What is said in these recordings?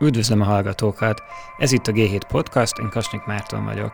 Üdvözlöm a hallgatókat! Ez itt a G7 Podcast, én Kasnyik Márton vagyok.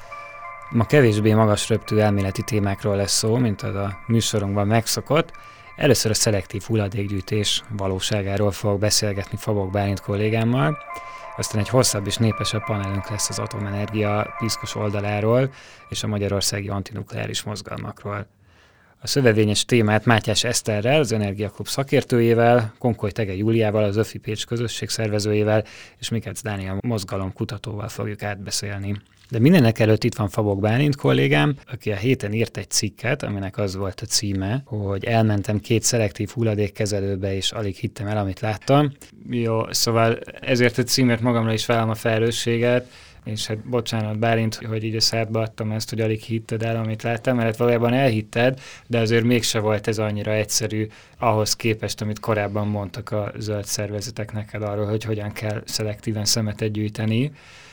Ma kevésbé magas röptű elméleti témákról lesz szó, mint az a műsorunkban megszokott. Először a szelektív hulladékgyűjtés valóságáról fogok beszélgetni Fabok Bálint kollégámmal, aztán egy hosszabb és népesebb panelünk lesz az atomenergia piszkos oldaláról és a magyarországi antinukleáris mozgalmakról. A szövevényes témát Mátyás Eszterrel, az Energiaklub szakértőjével, Konkoly Tege Júliával, az Öfi Pécs közösség szervezőjével és Mikec Dániel mozgalom kutatóval fogjuk átbeszélni. De mindenek előtt itt van Fabok Bálint kollégám, aki a héten írt egy cikket, aminek az volt a címe, hogy elmentem 2 szelektív hulladékkezelőbe, és alig hittem el, amit láttam. Jó, szóval ezért a címért magamra is vállalom a felelősséget, és hát bocsánat Bálint, hogy így a szádba adtam ezt, hogy alig hitted el, amit láttam, mert valójában elhitted, de azért mégse volt ez annyira egyszerű ahhoz képest, amit korábban mondtak a zöld szervezetek neked arról, hogy hogyan kell szelektíven szemetet gyűjteni.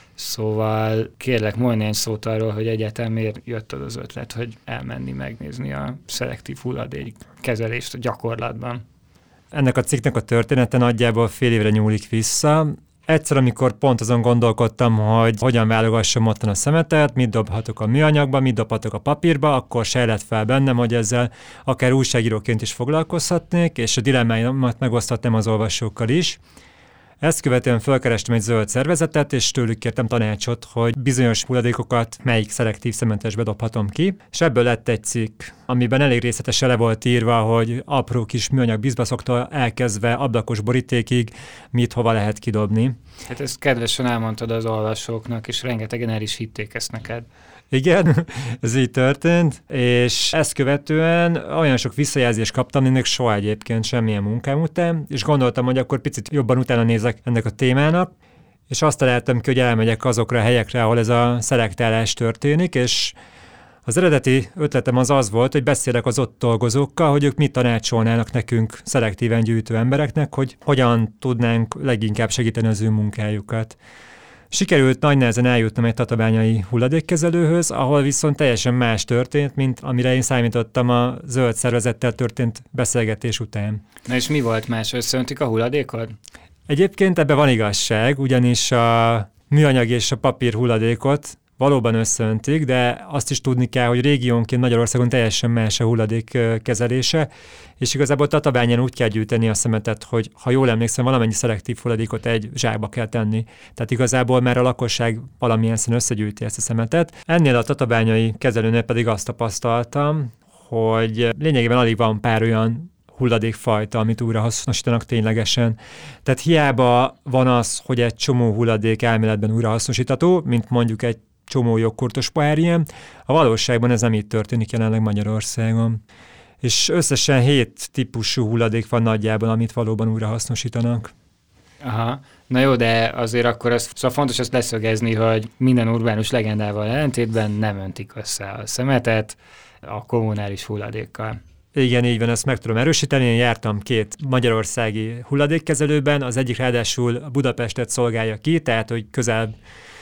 Szóval kérlek, mondj néhány szót arról, hogy egyáltalán miért jött az ötlet, hogy elmenni megnézni a szelektív hulladék kezelést a gyakorlatban. Ennek a cikknek a története nagyjából fél évre nyúlik vissza. Egyszer, amikor pont azon gondolkodtam, hogy hogyan válogassam otthon a szemetet, mit dobhatok a műanyagba, mit dobhatok a papírba, akkor sejlett fel bennem, hogy ezzel akár újságíróként is foglalkozhatnék, és a dilemmáimat megoszthatnám az olvasókkal is. Ezt követően felkerestem egy zöld szervezetet, és tőlük kértem tanácsot, hogy bizonyos hulladékokat melyik szelektív szemetesbe dobhatom ki, és ebből lett egy cikk, amiben elég részletesen le volt írva, hogy apró kis műanyag bizbaszoktól elkezdve ablakos borítékig mit hova lehet kidobni. Hát ezt kedvesen elmondtad az olvasóknak, és rengetegen el is hitték ezt neked. Igen, ez így történt, és ezt követően olyan sok visszajelzést kaptam, ennek soha egyébként semmilyen munkám után, és gondoltam, hogy akkor picit jobban utána nézek ennek a témának, és azt találtam ki, hogy elmegyek azokra a helyekre, ahol ez a szelektálás történik, és az eredeti ötletem az volt, hogy beszélek az ott dolgozókkal, hogy ők mit tanácsolnának nekünk szelektíven gyűjtő embereknek, hogy hogyan tudnánk leginkább segíteni az ő munkájukat. Sikerült nagy nehezen eljutnom egy tatabányai hulladékkezelőhöz, ahol viszont teljesen más történt, mint amire én számítottam a zöld szervezettel történt beszélgetés után. Na és mi volt más? Összeöntik a hulladékod? Egyébként ebben van igazság, ugyanis a műanyag és a papír hulladékot valóban összeöntik, de azt is tudni kell, hogy régiónként Magyarországon teljesen más a hulladék kezelése, és igazából Tatabányán úgy kell gyűjteni a szemetet, hogy ha jól emlékszem, valamennyi szelektív hulladékot egy zsákba kell tenni. Tehát igazából már a lakosság valamilyen szín összegyűjti ezt a szemetet. Ennél a tatabányai kezelőnél pedig azt tapasztaltam, hogy lényegében alig van pár olyan hulladékfajta, amit újra hasznosítanak ténylegesen. Tehát hiába van az, hogy egy csomó hulladék elméletben újrahasznosítható, mint mondjuk egy csomó jogkurtos pohár ilyen, a valóságban ez nem így történik jelenleg Magyarországon. És összesen 7 típusú hulladék van nagyjából, amit valóban újrahasznosítanak. Aha, na jó, de azért akkor szóval fontos azt leszögezni, hogy minden urbánus legendával ellentétben nem öntik össze a szemetet a kommunális hulladékkal. Igen, így van, ezt meg tudom erősíteni. Én jártam 2 magyarországi hulladékkezelőben, az egyik ráadásul Budapestet szolgálja ki, tehát hogy közel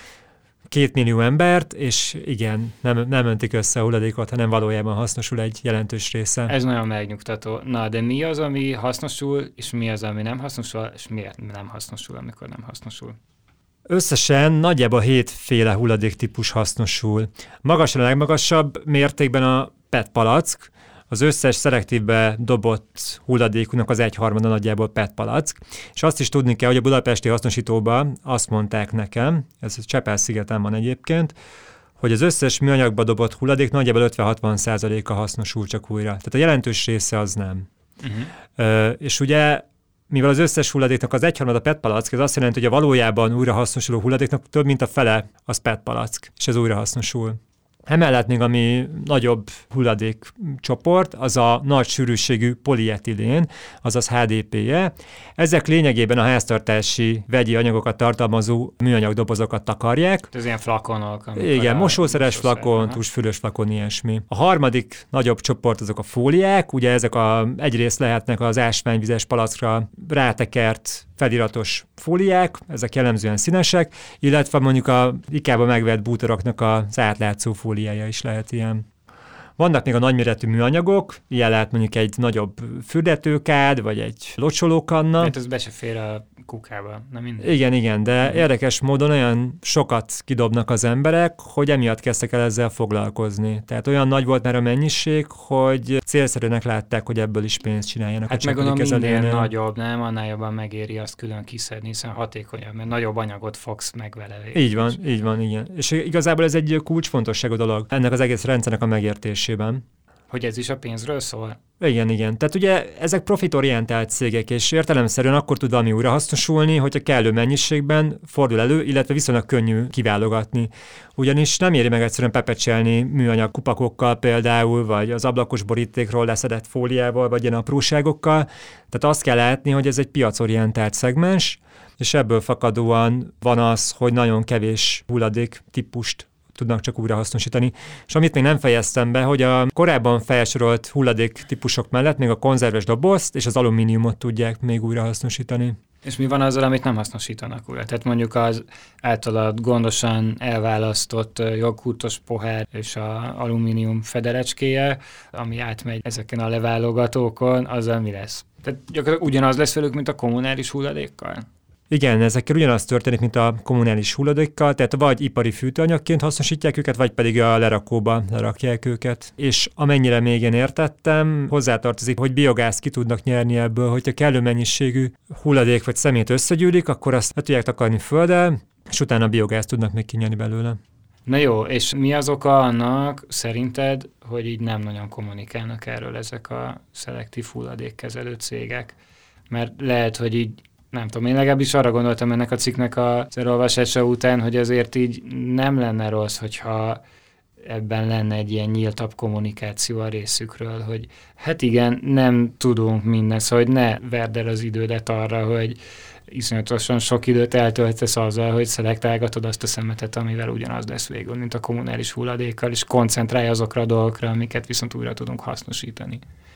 2 millió embert, és igen, nem öntik össze a hulladékot, hanem valójában hasznosul egy jelentős része. Ez nagyon megnyugtató. Na, de mi az, ami hasznosul, és mi az, ami nem hasznosul, és miért nem hasznosul, amikor nem hasznosul? Összesen nagyjából 7 féle hulladéktípus hasznosul. A legmagasabb mértékben a PET palack, az összes szelektívbe dobott hulladékunknak az 1/3 nagyjából PET palack. És azt is tudni kell, hogy a budapesti hasznosítóban azt mondták nekem, ez Csepel-szigeten van egyébként, hogy az összes műanyagba dobott hulladék nagyjából 50-60%-a hasznosul csak újra. Tehát a jelentős része az nem. És ugye, mivel az összes hulladéknak az 1/3 a PET palack, ez azt jelenti, hogy a valójában újra hasznosuló hulladéknak több mint a fele az PET palack, és ez újra hasznosul. Emellett még ami nagyobb hulladékcsoport, az a nagy sűrűségű polietilén, azaz HDPE. Ezek lényegében a háztartási vegyi anyagokat tartalmazó műanyag dobozokat takarják. Ez ilyen flakonok. Igen, mosószeres flakon, tusfülös flakon, ilyesmi. A harmadik nagyobb csoport azok a fóliák, ugye ezek egyrészt lehetnek az ásványvizes palackra rátekert feliratos fóliák, ezek jellemzően színesek, illetve mondjuk a IKEA-ban megvett bútoroknak az átlátszó fóliája is lehet ilyen. Vannak még a nagyméretű műanyagok, ilyen lehet mondjuk egy nagyobb fürdetőkád, vagy egy locsolókanna. Mert ez be se fér a kukába, nem mindegy. Igen, de érdekes módon olyan sokat kidobnak az emberek, hogy emiatt kezdtek el ezzel foglalkozni. Tehát olyan nagy volt már a mennyiség, hogy célszerűnek látták, hogy ebből is pénzt csináljanak. Hát meg gondolom minél nagyobb, nem? Annál jobban megéri azt külön kiszedni, hiszen hatékonyabb, mert nagyobb anyagot fogsz meg vele. Így van, igen. És igazából ez egy kulcsfontosságú dolog ennek az egész rendszernek a megértésében. Hogy ez is a pénzről szól? Igen. Tehát ugye ezek profitorientált cégek, és értelemszerűen akkor tud valami újrahasznosulni, hogyha kellő mennyiségben fordul elő, illetve viszonylag könnyű kiválogatni. Ugyanis nem éri meg egyszerűen pepecselni műanyag kupakokkal például, vagy az ablakos borítékról leszedett fóliával, vagy ilyen apróságokkal. Tehát azt kell látni, hogy ez egy piacorientált szegmens, és ebből fakadóan van az, hogy nagyon kevés hulladék típust tudnak csak újrahasznosítani. És amit még nem fejeztem be, hogy a korábban felsorolt hulladék típusok mellett még a konzerves dobozt és az alumíniumot tudják még újrahasznosítani. És mi van azzal, amit nem hasznosítanak újra? Tehát mondjuk az általad gondosan elválasztott joghurtos pohár és az alumínium fedelecskéje, ami átmegy ezeken a leválogatókon, azzal mi lesz? Tehát gyakorlatilag ugyanaz lesz velük, mint a kommunális hulladékkal? Igen, ezekkel ugyanaz történik, mint a kommunális hulladékkal, tehát vagy ipari fűtőanyagként hasznosítják őket, vagy pedig a lerakóba lerakják őket. És amennyire még én értettem, hozzátartozik, hogy biogázt ki tudnak nyerni ebből, hogyha kellő mennyiségű hulladék vagy szemét összegyűlik, akkor azt le tudják takarni földdel, és utána biogázt tudnak még kinyerni belőle. Na jó, és mi az oka annak szerinted, hogy így nem nagyon kommunikálnak erről ezek a szelektív hulladékkezelő cégek? Mert lehet, hogy így nem tudom, én legalábbis arra gondoltam ennek a cikknek az elolvasása után, hogy azért így nem lenne rossz, hogyha ebben lenne egy ilyen nyíltabb kommunikáció a részükről, hogy hát igen, nem tudunk mindent, szóval hogy ne verd el az idődet arra, hogy iszonyatosan sok időt eltöltesz azzal, hogy szelektálgatod azt a szemetet, amivel ugyanaz lesz végül, mint a kommunális hulladékkal, és koncentrálj azokra a dolgokra, amiket viszont újra tudunk hasznosítani.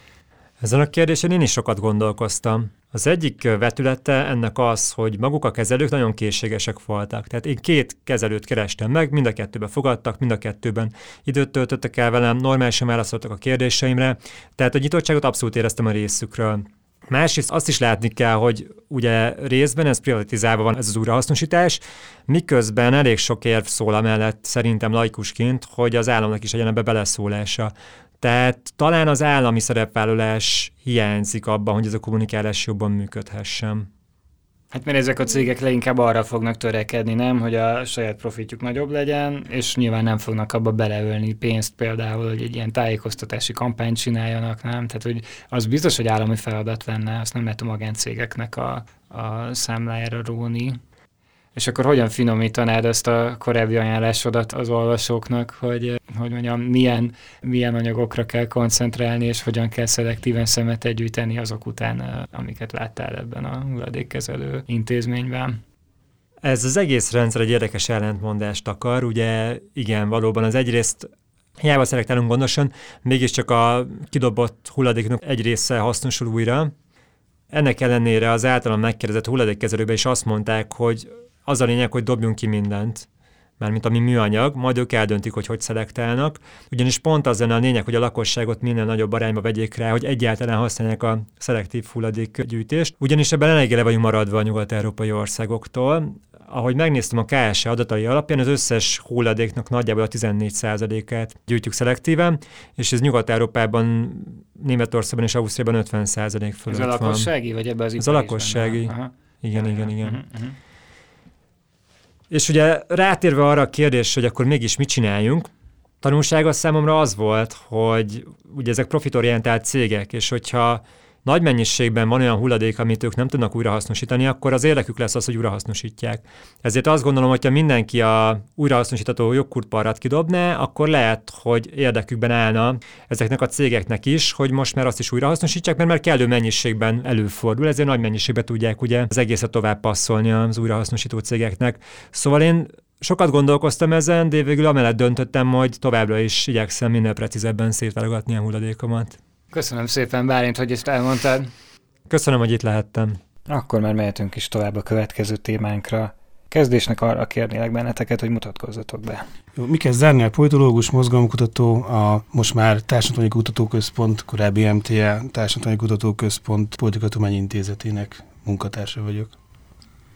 Ezen a kérdésen én is sokat gondolkoztam. Az egyik vetülete ennek az, hogy maguk a kezelők nagyon készségesek voltak. Tehát én 2 kezelőt kerestem meg, mind a 2-ben fogadtak, mind a 2-ben időt töltöttek el velem, normálisan válaszoltak a kérdéseimre, tehát a nyitottságot abszolút éreztem a részükről. Másrészt azt is látni kell, hogy ugye részben ez privatizálva van ez az újrahasznosítás, miközben elég sok érv szól amellett szerintem laikusként, hogy az államnak is legyen ebbe beleszólása. Tehát talán az állami szerepvállalás hiányzik abban, hogy ez a kommunikálás jobban működhessen. Hát mert ezek a cégek leginkább arra fognak törekedni, nem, hogy a saját profitjuk nagyobb legyen, és nyilván nem fognak abba beleölni pénzt például, hogy egy ilyen tájékoztatási kampányt csináljanak, nem? Tehát hogy az biztos, hogy állami feladat lenne, azt nem lehet a magáncégeknek a számlájára róni. És akkor hogyan finomítanád ezt a korábbi ajánlásodat az olvasóknak, hogy mondjam, milyen anyagokra kell koncentrálni, és hogyan kell szelektíven szemetet gyűjteni azok után, amiket láttál ebben a hulladékkezelő intézményben? Ez az egész rendszer egy érdekes ellentmondást akar, ugye igen, valóban az egyrészt hiába szelektálunk gondosan, mégiscsak a kidobott hulladéknak egy része hasznosul újra. Ennek ellenére az általam megkérdezett hulladékkezelőben is azt mondták, hogy az a lényeg, hogy dobjunk ki mindent, mármint ami műanyag, majd ők eldöntik, hogy szelektálnak. Ugyanis pont az lenne a lényeg, hogy a lakosságot minél nagyobb arányba vegyék rá, hogy egyáltalán használják a szelektív hulladékgyűjtést. Ugyanis ebben eléggé le vagyunk maradva a nyugat-európai országoktól. Ahogy megnéztem a KSH adatai alapján, az összes hulladéknak nagyjából a 14%-át gyűjtjük szelektíven, és ez Nyugat-Európában, Németországban és Ausztriában 50% fölött van. Ez a lakossági, vagy ebbe az Ez a lakossági. Igen. És ugye rátérve arra a kérdés, hogy akkor mégis mit csináljunk, tanulsága számomra az volt, hogy ugye ezek profitorientált cégek, és hogyha nagy mennyiségben van olyan hulladék, amit ők nem tudnak újrahasznosítani, akkor az érdekük lesz az, hogy újrahasznosítják. Ezért azt gondolom, hogyha mindenki a újrahasznosítható joghurtparrat kidobná, akkor lehet, hogy érdekükben állna ezeknek a cégeknek is, hogy most már azt is újrahasznosítsák, mert már kellő mennyiségben előfordul, ezért nagy mennyiségben tudják ugye az egészet tovább passzolni az újrahasznosító cégeknek. Szóval én sokat gondolkoztam ezen, de végül amellett döntöttem, hogy továbbra is igyekszem minél precízebben szétválogatni a hulladékomat. Köszönöm szépen, Bálint, hogy ezt elmondtad. Köszönöm, hogy itt lehettem. Akkor már mehetünk is tovább a következő témánkra. Kezdésnek arra kérnélek benneteket, hogy mutatkozzatok be. Mikes Zárnál politológus, mozgalomkutató, a most már Társadalmi Kutatóközpont, korábbi MTA Társadalmi Kutatóközpont Politikatudományi Intézetének munkatársa vagyok.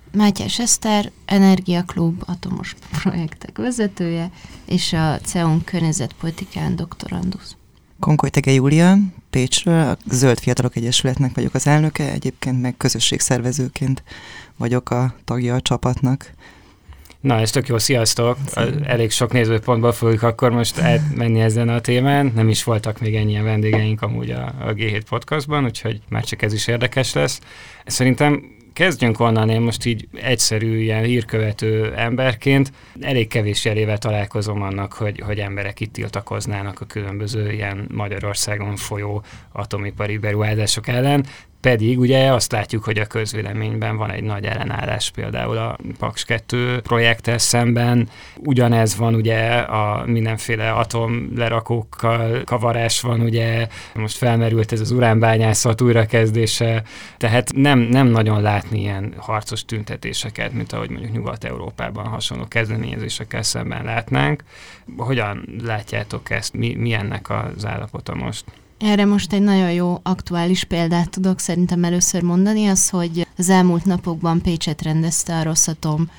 Mátyás Eszter, Energiaklub atomos projektek vezetője, és a CEON környezetpolitikán doktorandusz. Konkoly Tege Júlia, Pécsről, a Zöld Fiatalok Egyesületnek vagyok az elnöke, egyébként meg közösségszervezőként vagyok a tagja a csapatnak. Na, ez tök jó, sziasztok! Elég sok nézőpontból fogjuk akkor most átmenni ezen a témán. Nem is voltak még ennyien vendégeink amúgy a G7 podcastban, úgyhogy már csak ez is érdekes lesz. Szerintem kezdjünk onnan, én most így egyszerű ilyen hírkövető emberként elég kevés jelével találkozom annak, hogy emberek itt tiltakoznának a különböző ilyen Magyarországon folyó atomipari beruházások ellen. Pedig ugye azt látjuk, hogy a közvéleményben van egy nagy ellenállás például a Paks 2 projekttel szemben. Ugyanez van ugye a mindenféle atomlerakókkal, kavarás van ugye, most felmerült ez az uránbányászat újrakezdése, tehát nem nagyon látni ilyen harcos tüntetéseket, mint ahogy mondjuk Nyugat-Európában hasonló kezdeményezésekkel szemben látnánk. Hogyan látjátok ezt? Mi ennek az állapota most? Erre most egy nagyon jó aktuális példát tudok szerintem először mondani, az, hogy az elmúlt napokban Pécset rendezte a Rosatom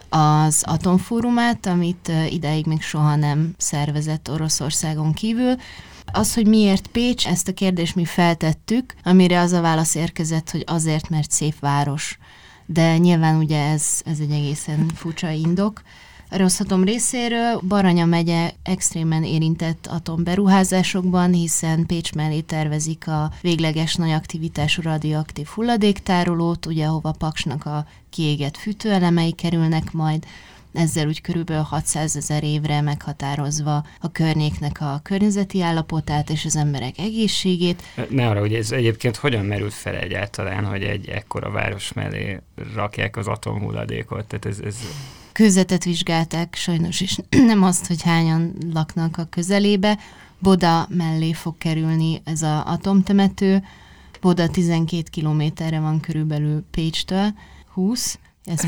az atomfórumát, amit ideig még soha nem szervezett Oroszországon kívül. Az, hogy miért Pécs, ezt a kérdést mi feltettük, amire az a válasz érkezett, hogy azért, mert szép város. De nyilván ugye ez egy egészen furcsa indok. A Rosatom részéről Baranya megye extrémen érintett atomberuházásokban, hiszen Pécs mellé tervezik a végleges nagy aktivitású radioaktív hulladéktárolót, ugye ahova Paksnak a kiégett fűtőelemei kerülnek majd, ezzel úgy körülbelül 600 000 évre meghatározva a környéknek a környezeti állapotát és az emberek egészségét. Ne arra, hogy ez egyébként hogyan merült fel egyáltalán, hogy egy ekkora város mellé rakják az atomhulladékot? Tehát ez... Kőzetet vizsgálták sajnos, és nem azt, hogy hányan laknak a közelébe. Boda mellé fog kerülni ez az atomtemető. Boda 12 kilométerre van körülbelül Pécstől, 20. Ez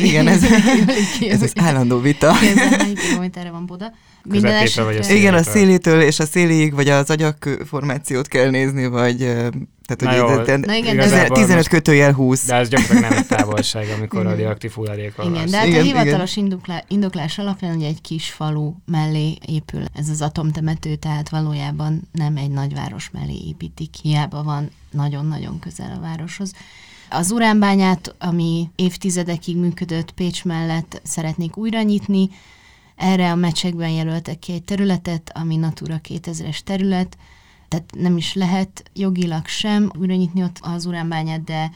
az állandó vita. Hány kilométerre van Boda? Igen, a szélétől és a széléig, vagy az agyak formációt kell nézni, vagy... Tehát, hogy 15 kötőjel 20. De ez gyakorlatilag nem egy távolság, amikor radioaktív hulladékról van. Igen, de hát a hivatalos indoklás alapján ugye egy kis falu mellé épül ez az atomtemető, tehát valójában nem egy nagyváros mellé építik, hiába van nagyon-nagyon közel a városhoz. Az uránbányát, ami évtizedekig működött Pécs mellett, szeretnék újra nyitni. Erre a mecsekben jelöltek ki egy területet, ami Natura 2000-es terület, tehát nem is lehet jogilag sem újra nyitni ott az uránbányát, de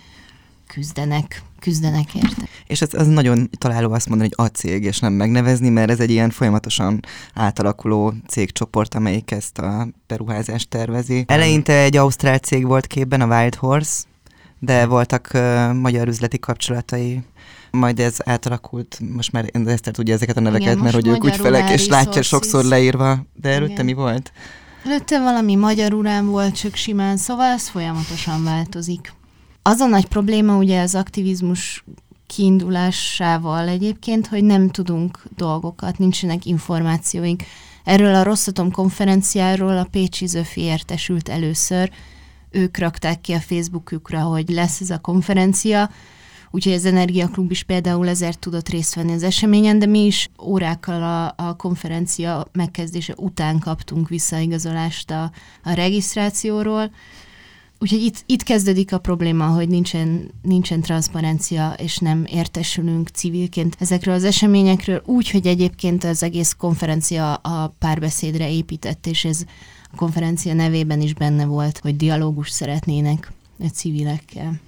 küzdenek érte. És az nagyon találó azt mondani, hogy acég, és nem megnevezni, mert ez egy ilyen folyamatosan átalakuló cégcsoport, amelyik ezt a beruházást tervezi. Eleinte egy ausztrál cég volt képben, a Wild Horse, de voltak magyar üzleti kapcsolatai. Majd ez átalakult, most már Eszter tudja ezeket a neveket, igen, mert hogy ők ügyfelek, és látja sokszor leírva. De előtte mi volt? Előtte valami magyar urán volt, csak simán, szóval ez folyamatosan változik. Az a nagy probléma ugye az aktivizmus kiindulásával egyébként, hogy nem tudunk dolgokat, nincsenek információink. Erről a Rosatom konferenciáról a pécsi Zöfi értesült először. Ők rakták ki a Facebookjukra, hogy lesz ez a konferencia, úgyhogy az Energiaklub is például ezért tudott részt venni az eseményen, de mi is órákkal a konferencia megkezdése után kaptunk visszaigazolást a regisztrációról. Úgyhogy itt kezdődik a probléma, hogy nincsen transzparencia, és nem értesülünk civilként ezekről az eseményekről, úgy, hogy egyébként az egész konferencia a párbeszédre épített, és ez a konferencia nevében is benne volt, hogy dialógust szeretnének a civilekkel.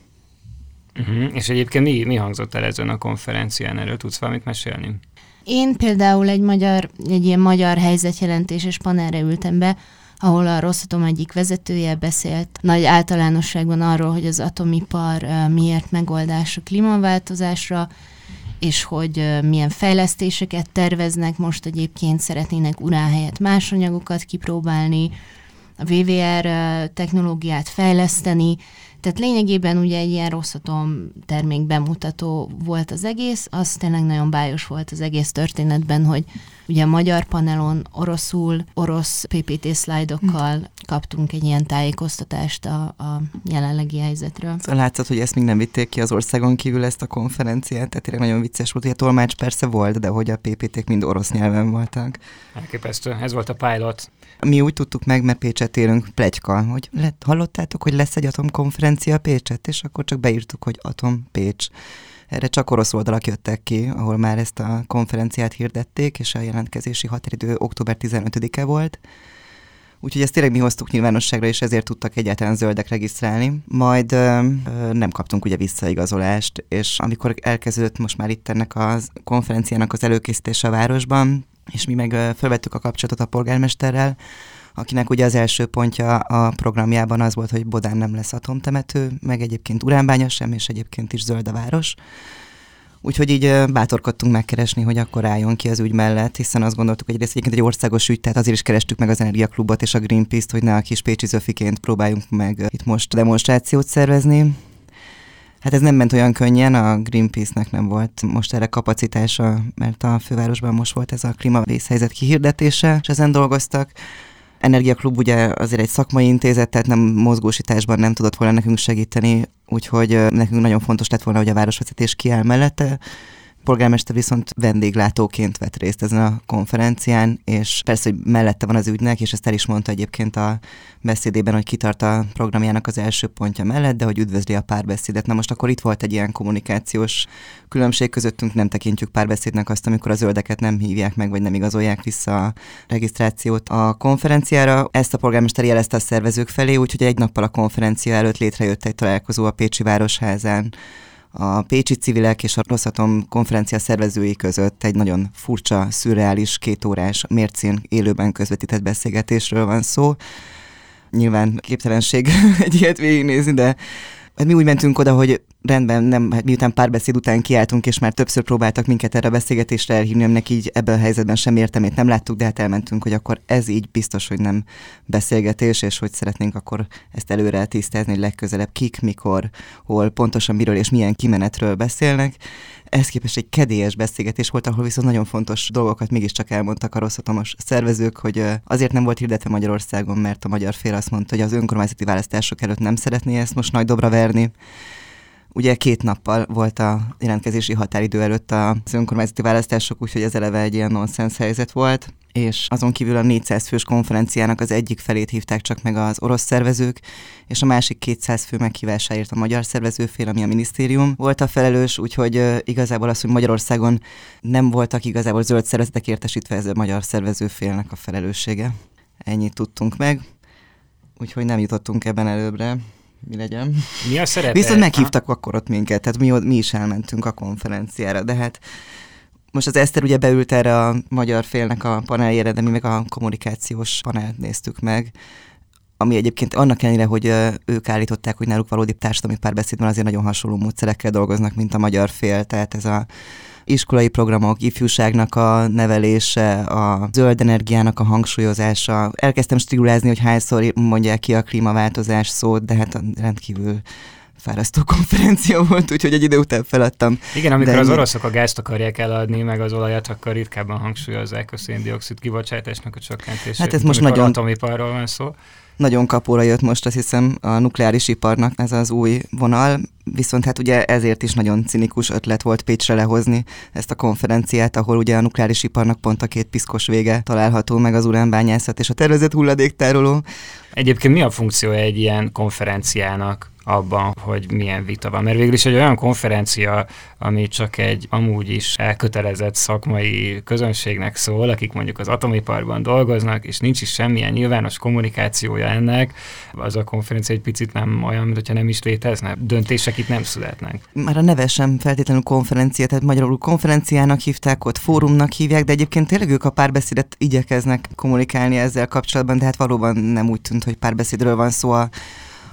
És egyébként mi hangzott el ezen a konferencián? Erről tudsz valamit mesélni? Én például egy ilyen magyar helyzetjelentéses panelre ültem be, ahol a Rosatom egyik vezetője beszélt nagy általánosságban arról, hogy az atomipar miért megoldás a klímaváltozásra, és hogy milyen fejlesztéseket terveznek, most egyébként szeretnének urán helyett más anyagokat kipróbálni, a VVR technológiát fejleszteni, tehát lényegében ugye egy ilyen Rosatom termék bemutató volt az egész, az tényleg nagyon bájos volt az egész történetben, hogy Ugye a magyar panelon oroszul, orosz PPT szlájdokkal kaptunk egy ilyen tájékoztatást a jelenlegi helyzetről. Látszott, hogy ezt még nem vitték ki az országon kívül ezt a konferenciát, tehát tényleg nagyon vicces volt, hogy a tolmács persze volt, de hogy a PPT-k mind orosz nyelven voltak. Elképesztő, ez volt a pilot. Mi úgy tudtuk meg, mert Pécset élünk, pletyka, hogy hallottátok, hogy lesz egy atomkonferencia Pécset, és akkor csak beírtuk, hogy Atom Pécs. Erre csak orosz oldalak jöttek ki, ahol már ezt a konferenciát hirdették, és a jelentkezési határidő október 15-e volt. Úgyhogy ezt tényleg mi hoztuk nyilvánosságra, és ezért tudtak egyáltalán zöldek regisztrálni. Majd nem kaptunk ugye visszaigazolást, és amikor elkezdődött most már itt ennek a konferenciának az előkészítése a városban, és mi meg felvettük a kapcsolatot a polgármesterrel, akinek ugye az első pontja a programjában az volt, hogy Bodán nem lesz atomtemető, meg egyébként Uránbánya sem, és egyébként is zöld a város. Úgyhogy így bátorkodtunk megkeresni, hogy akkor álljon ki az ügy mellett, hiszen azt gondoltuk, hogy egyrészt egyébként egy országos ügy, tehát azért is kerestük meg az Energiaklubot és a Greenpeace-t, hogy ne a kis pécsi Zöfiként próbáljunk meg itt most demonstrációt szervezni. Hát ez nem ment olyan könnyen, a Greenpeace-nek nem volt most erre kapacitása, mert a fővárosban most volt ez a klímavészhelyzet kihirdetése, és ezen dolgoztak. Energiaklub ugye azért egy szakmai intézet, tehát nem mozgósításban nem tudott volna nekünk segíteni, úgyhogy nekünk nagyon fontos lett volna, hogy a városvezetés kiáll mellette. A polgármester viszont vendéglátóként vett részt ezen a konferencián, és persze, hogy mellette van az ügynek, és ezt el is mondta egyébként a beszédében, hogy kitart a programjának az első pontja mellett, de hogy üdvözli a párbeszédet. Na most akkor itt volt egy ilyen kommunikációs különbség közöttünk, nem tekintjük párbeszédnek azt, amikor a zöldeket nem hívják meg, vagy nem igazolják vissza a regisztrációt a konferenciára. Ezt a polgármester jelezte a szervezők felé, úgyhogy egy nappal a konferencia előtt létrejött egy találkozó a Pécsi Városházán, a pécsi civilek és a Rosszatom konferencia szervezői között egy nagyon furcsa, szürreális 2 órás mércén élőben közvetített beszélgetésről van szó. Nyilván képtelenség egy ilyet végignézni, de mi úgy mentünk oda, hogy rendben, nem, hát miután párbeszéd után kiálltunk, és már többször próbáltak minket erre a beszélgetésre elhívni, aminek így ebben a helyzetben semmi értelmét nem láttuk, de hát elmentünk, hogy akkor ez így biztos, hogy nem beszélgetés, és hogy szeretnénk akkor ezt előre tisztázni, hogy legközelebb kik, mikor, hol, pontosan miről és milyen kimenetről beszélnek. Ehhez képest egy kedélyes beszélgetés volt, ahol viszont nagyon fontos dolgokat mégiscsak elmondtak a rosszatomos szervezők, hogy azért nem volt hirdetve Magyarországon, mert a magyar fél azt mondta, hogy az önkormányzati választások előtt nem szeretné ezt most nagy dobra verni. Ugye 2 nappal volt a jelentkezési határidő előtt az önkormányzati választások, úgyhogy ez eleve egy ilyen nonsens helyzet volt, és azon kívül a 400 fős konferenciának az egyik felét hívták csak meg az orosz szervezők, és a másik 200 fő meghívásáért a magyar szervezőfél, ami a minisztérium volt a felelős, úgyhogy igazából az, hogy Magyarországon nem voltak igazából zöld szervezetek értesítve, ez a magyar szervezőfélnek a felelőssége. Ennyit tudtunk meg, úgyhogy nem jutottunk ebben előbbre. Mi legyen. Mi a szerepe? Viszont meghívtak akkor ott minket, tehát mi is elmentünk a konferenciára, de hát most az Eszter ugye beült erre a magyar félnek a paneljére, de mi meg a kommunikációs panelt néztük meg, ami egyébként annak ellenére, hogy ők állították, hogy náluk valódi társadalmi párbeszédben azért nagyon hasonló módszerekkel dolgoznak, mint a magyar fél, tehát ez a iskolai programok, ifjúságnak a nevelése, a zöld energiának a hangsúlyozása. Elkezdtem striulázni, hogy hányszor mondják ki a klímaváltozás szót, de hát rendkívül fárasztó konferencia volt, úgyhogy egy idő után feladtam. Igen, amikor az oroszok a gázt akarják eladni, meg az olajat, akkor ritkábban hangsúlyozzák a szén-dioxid kibocsátásnak a csökkentését. Hát ez most nagyon atomiparról van szó. Nagyon kapóra jött most, azt hiszem, a nukleáris iparnak ez az új vonal, viszont hát ugye ezért is nagyon cinikus ötlet volt Pécsre lehozni ezt a konferenciát, ahol ugye a nukleáris iparnak pont a 2 piszkos vége található, meg az uránbányászat és a tervezett hulladéktároló. Egyébként mi a funkciója egy ilyen konferenciának abban, hogy milyen vita van? Mert végül is egy olyan konferencia, ami csak egy amúgy is elkötelezett szakmai közönségnek szól, akik mondjuk az atomiparban dolgoznak, és nincs is semmilyen nyilvános kommunikációja ennek, az a konferencia egy picit nem olyan, mintha nem is létezne. Döntések itt nem születnek. Már a neve sem feltétlenül konferencia, tehát magyarul konferenciának hívták, ott fórumnak hívják, de egyébként tényleg ők a párbeszédet igyekeznek kommunikálni ezzel kapcsolatban, de hát valóban nem úgy tűnt, hogy párbeszédről van szó a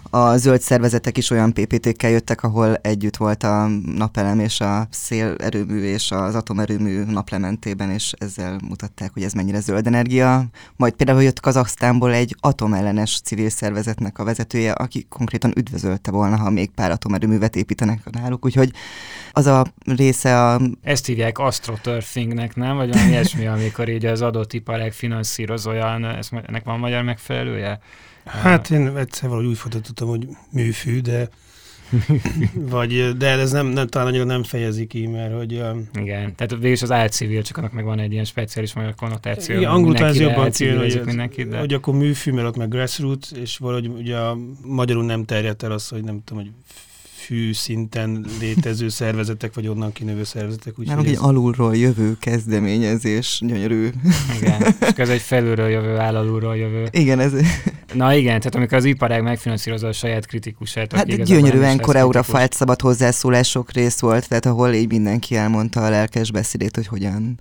A zöld szervezetek is olyan PPT-kkel jöttek, ahol együtt volt a napelem és a szélerőmű és az atomerőmű naplementében, és ezzel mutatták, hogy ez mennyire zöld energia. Majd például jött Kazahsztánból egy atomellenes civil szervezetnek a vezetője, aki konkrétan üdvözölte volna, ha még pár atomerőművet építenek náluk, úgyhogy az a része a... Ezt hívják astroturfingnek, nem? Vagy valami ilyesmi, amikor így az adott iparág finanszíroz olyan, ennek van magyar megfelelője? Hát én egyszer valahogy úgy fordítottam, hogy műfű, de ez talán annyira nem fejezi ki, mert hogy... Igen, tehát végülis az álcivil, csak annak meg van egy ilyen speciális magyar konnotáció. Igen, angolul ez jobban kijön, hogy akkor műfű, mert ott meg grassroots, és valahogy ugye magyarul nem terjedt el az, hogy nem tudom, hogy fű szinten létező szervezetek, vagy onnan kinövő szervezetek. Nálunk egy alulról jövő kezdeményezés, gyönyörű. Igen, és ez egy felülről jövő, alulról jövő. Igen, ez... Na igen, tehát amikor az iparág megfinanszírozza a saját kritikusát. Hát gyönyörűen koreografált szabad hozzászólások rész volt, tehát ahol így mindenki elmondta a lelkes beszédét, hogy hogyan...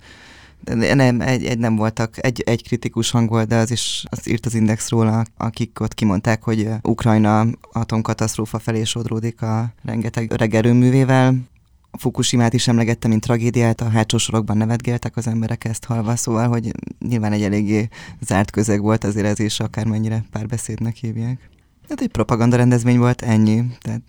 Nem voltak, egy kritikus hang volt, de az írt az Indexról, akik ott kimondták, hogy Ukrajna atomkatasztrófa felé sodródik a rengeteg öreg erőművével. Fukushimát is emlegette, mint tragédiát, a hátsó sorokban nevetgéltek az emberek ezt hallva, szóval, hogy nyilván egy eléggé zárt közeg volt azért ez is, akármennyire párbeszédnek hívják. Hát egy propaganda rendezvény volt, ennyi. Tehát...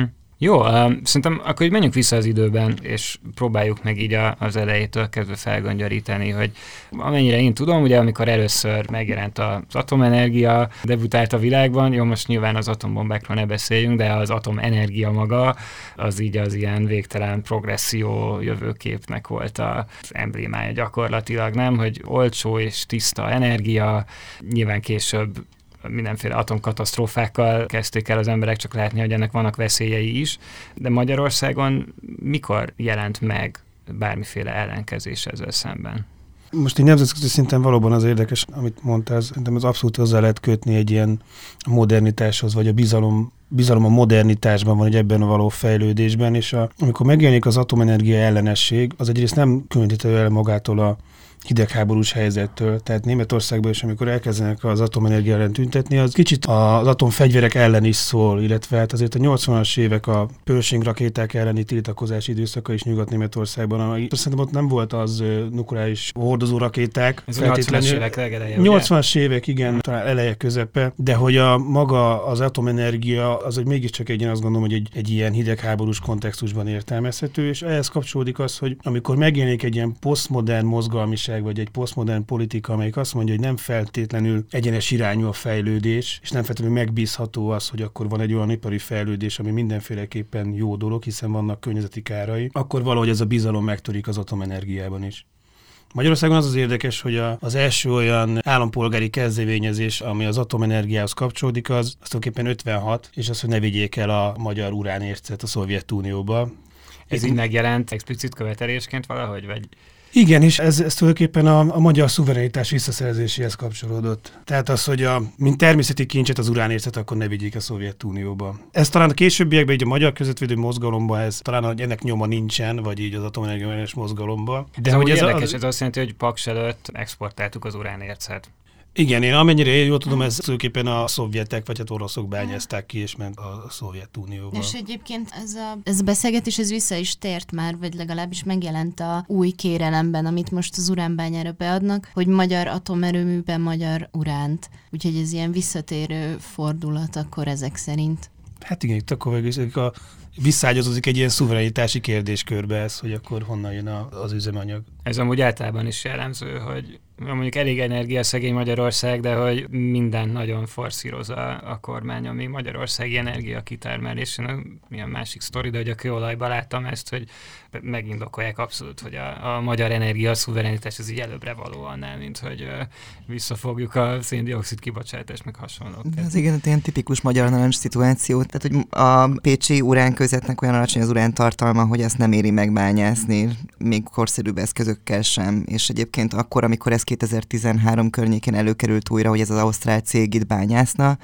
Jó, szerintem akkor így menjünk vissza az időben, és próbáljuk meg így az elejétől kezdve felgöngyöríteni, hogy amennyire én tudom, ugye amikor először megjelent az atomenergia, debütált a világban, jó, most nyilván az atombombákról ne beszéljünk, de az atomenergia maga, az így az ilyen végtelen progresszió jövőképnek volt az emblémája gyakorlatilag, nem? Hogy olcsó és tiszta energia, nyilván később mindenféle atomkatasztrófákkal kezdték el az emberek csak látni, hogy ennek vannak veszélyei is, de Magyarországon mikor jelent meg bármiféle ellenkezés ezzel szemben? Most így nemzetközi szinten valóban az érdekes, amit mondtál, szerintem az abszolút hozzá lehet kötni egy ilyen modernitáshoz, vagy a bizalom a modernitásban van, egy ebben a való fejlődésben, és amikor megjelenik az atomenergia ellenesség, az egyrészt nem különíthető el magától a hidegháborús helyzettől. Tehát Németországban is, amikor elkezdenek az atomenergia ellen tüntetni, az kicsit az atomfegyverek ellen is szól, illetve hát azért a 80-as évek a Pershing rakéták elleni tiltakozási időszaka is Nyugat-Németországban. Szerintem ott nem volt az nukleáris hordozó rakéták. Ez 80-as évek legeleje, 80-as évek, igen, talán eleje közepe, de hogy maga az atomenergia, az hogy mégiscsak azt gondolom, hogy egy ilyen hidegháborús kontextusban értelmezhető, és ehhez kapcsolódik az, hogy amikor megjelenik egy ilyen posztmodern mozgalmiság, vagy egy posztmodern politika, amelyik azt mondja, hogy nem feltétlenül egyenes irányú a fejlődés, és nem feltétlenül megbízható az, hogy akkor van egy olyan ipari fejlődés, ami mindenféleképpen jó dolog, hiszen vannak környezeti kárai, akkor valahogy ez a bizalom megtörik az atomenergiában is. Magyarországon az érdekes, hogy az első olyan állampolgári kezdeményezés, ami az atomenergiához kapcsolódik, az tulajdonképpen 56, és az, hogy ne vigyék el a magyar uránércet a Szovjetunióba. Ez így megjelent explicit követelésként valahogy, vagy... Igen, és ez tulajdonképpen a magyar szuverenitás visszaszerzéséhez kapcsolódott. Tehát az, hogy mint természeti kincset az uránércet, akkor ne vigyék a Szovjetunióba. Ez talán a későbbiekben így a magyar közvetvédő mozgalomban talán hogy ennek nyoma nincsen, vagy így az atomenergiaellenes mozgalomban. De hogy ez érdekes, ez azt jelenti, hogy Paks előtt exportáltuk az uránércet. Igen, én amennyire jól tudom, ez tulajdonképpen a szovjetek, vagy hát oroszok bányázták ki, és ment a Szovjetunióba. És egyébként ez a beszélgetés ez vissza is tért már, vagy legalábbis megjelent a új kérelemben, amit most az uránbányára beadnak, hogy magyar atomerőműben magyar uránt. Úgyhogy ez ilyen visszatérő fordulat akkor ezek szerint. Hát igen, itt akkor visszágyazódik egy ilyen szuverenitási kérdéskörbe ez, hogy akkor honnan jön az üzemanyag. Ez amúgy általában is jellemző, hogy mondjuk elég energiaszegény Magyarország, de hogy mindent nagyon forszíroz a kormány, ami magyarországi energiakitermelésén. Milyen másik sztori, de hogy a kőolajban láttam ezt, hogy megindokolják abszolút, hogy a magyar energia szuverenitás az így előbbre való annál, mint hogy visszafogjuk a széndioxid kibocsátást, meg hasonlók. Ez igen, ilyen tipikus magyar narancs szituáció. Tehát, hogy a pécsi uránközetnek olyan alacsony az urántartalma, hogy ezt nem éri megbányászni, még korszerűbb eszközökkel sem. És egyébként akkor, amikor ez 2013 környékén előkerült újra, hogy ez az ausztrál cég itt bányászna,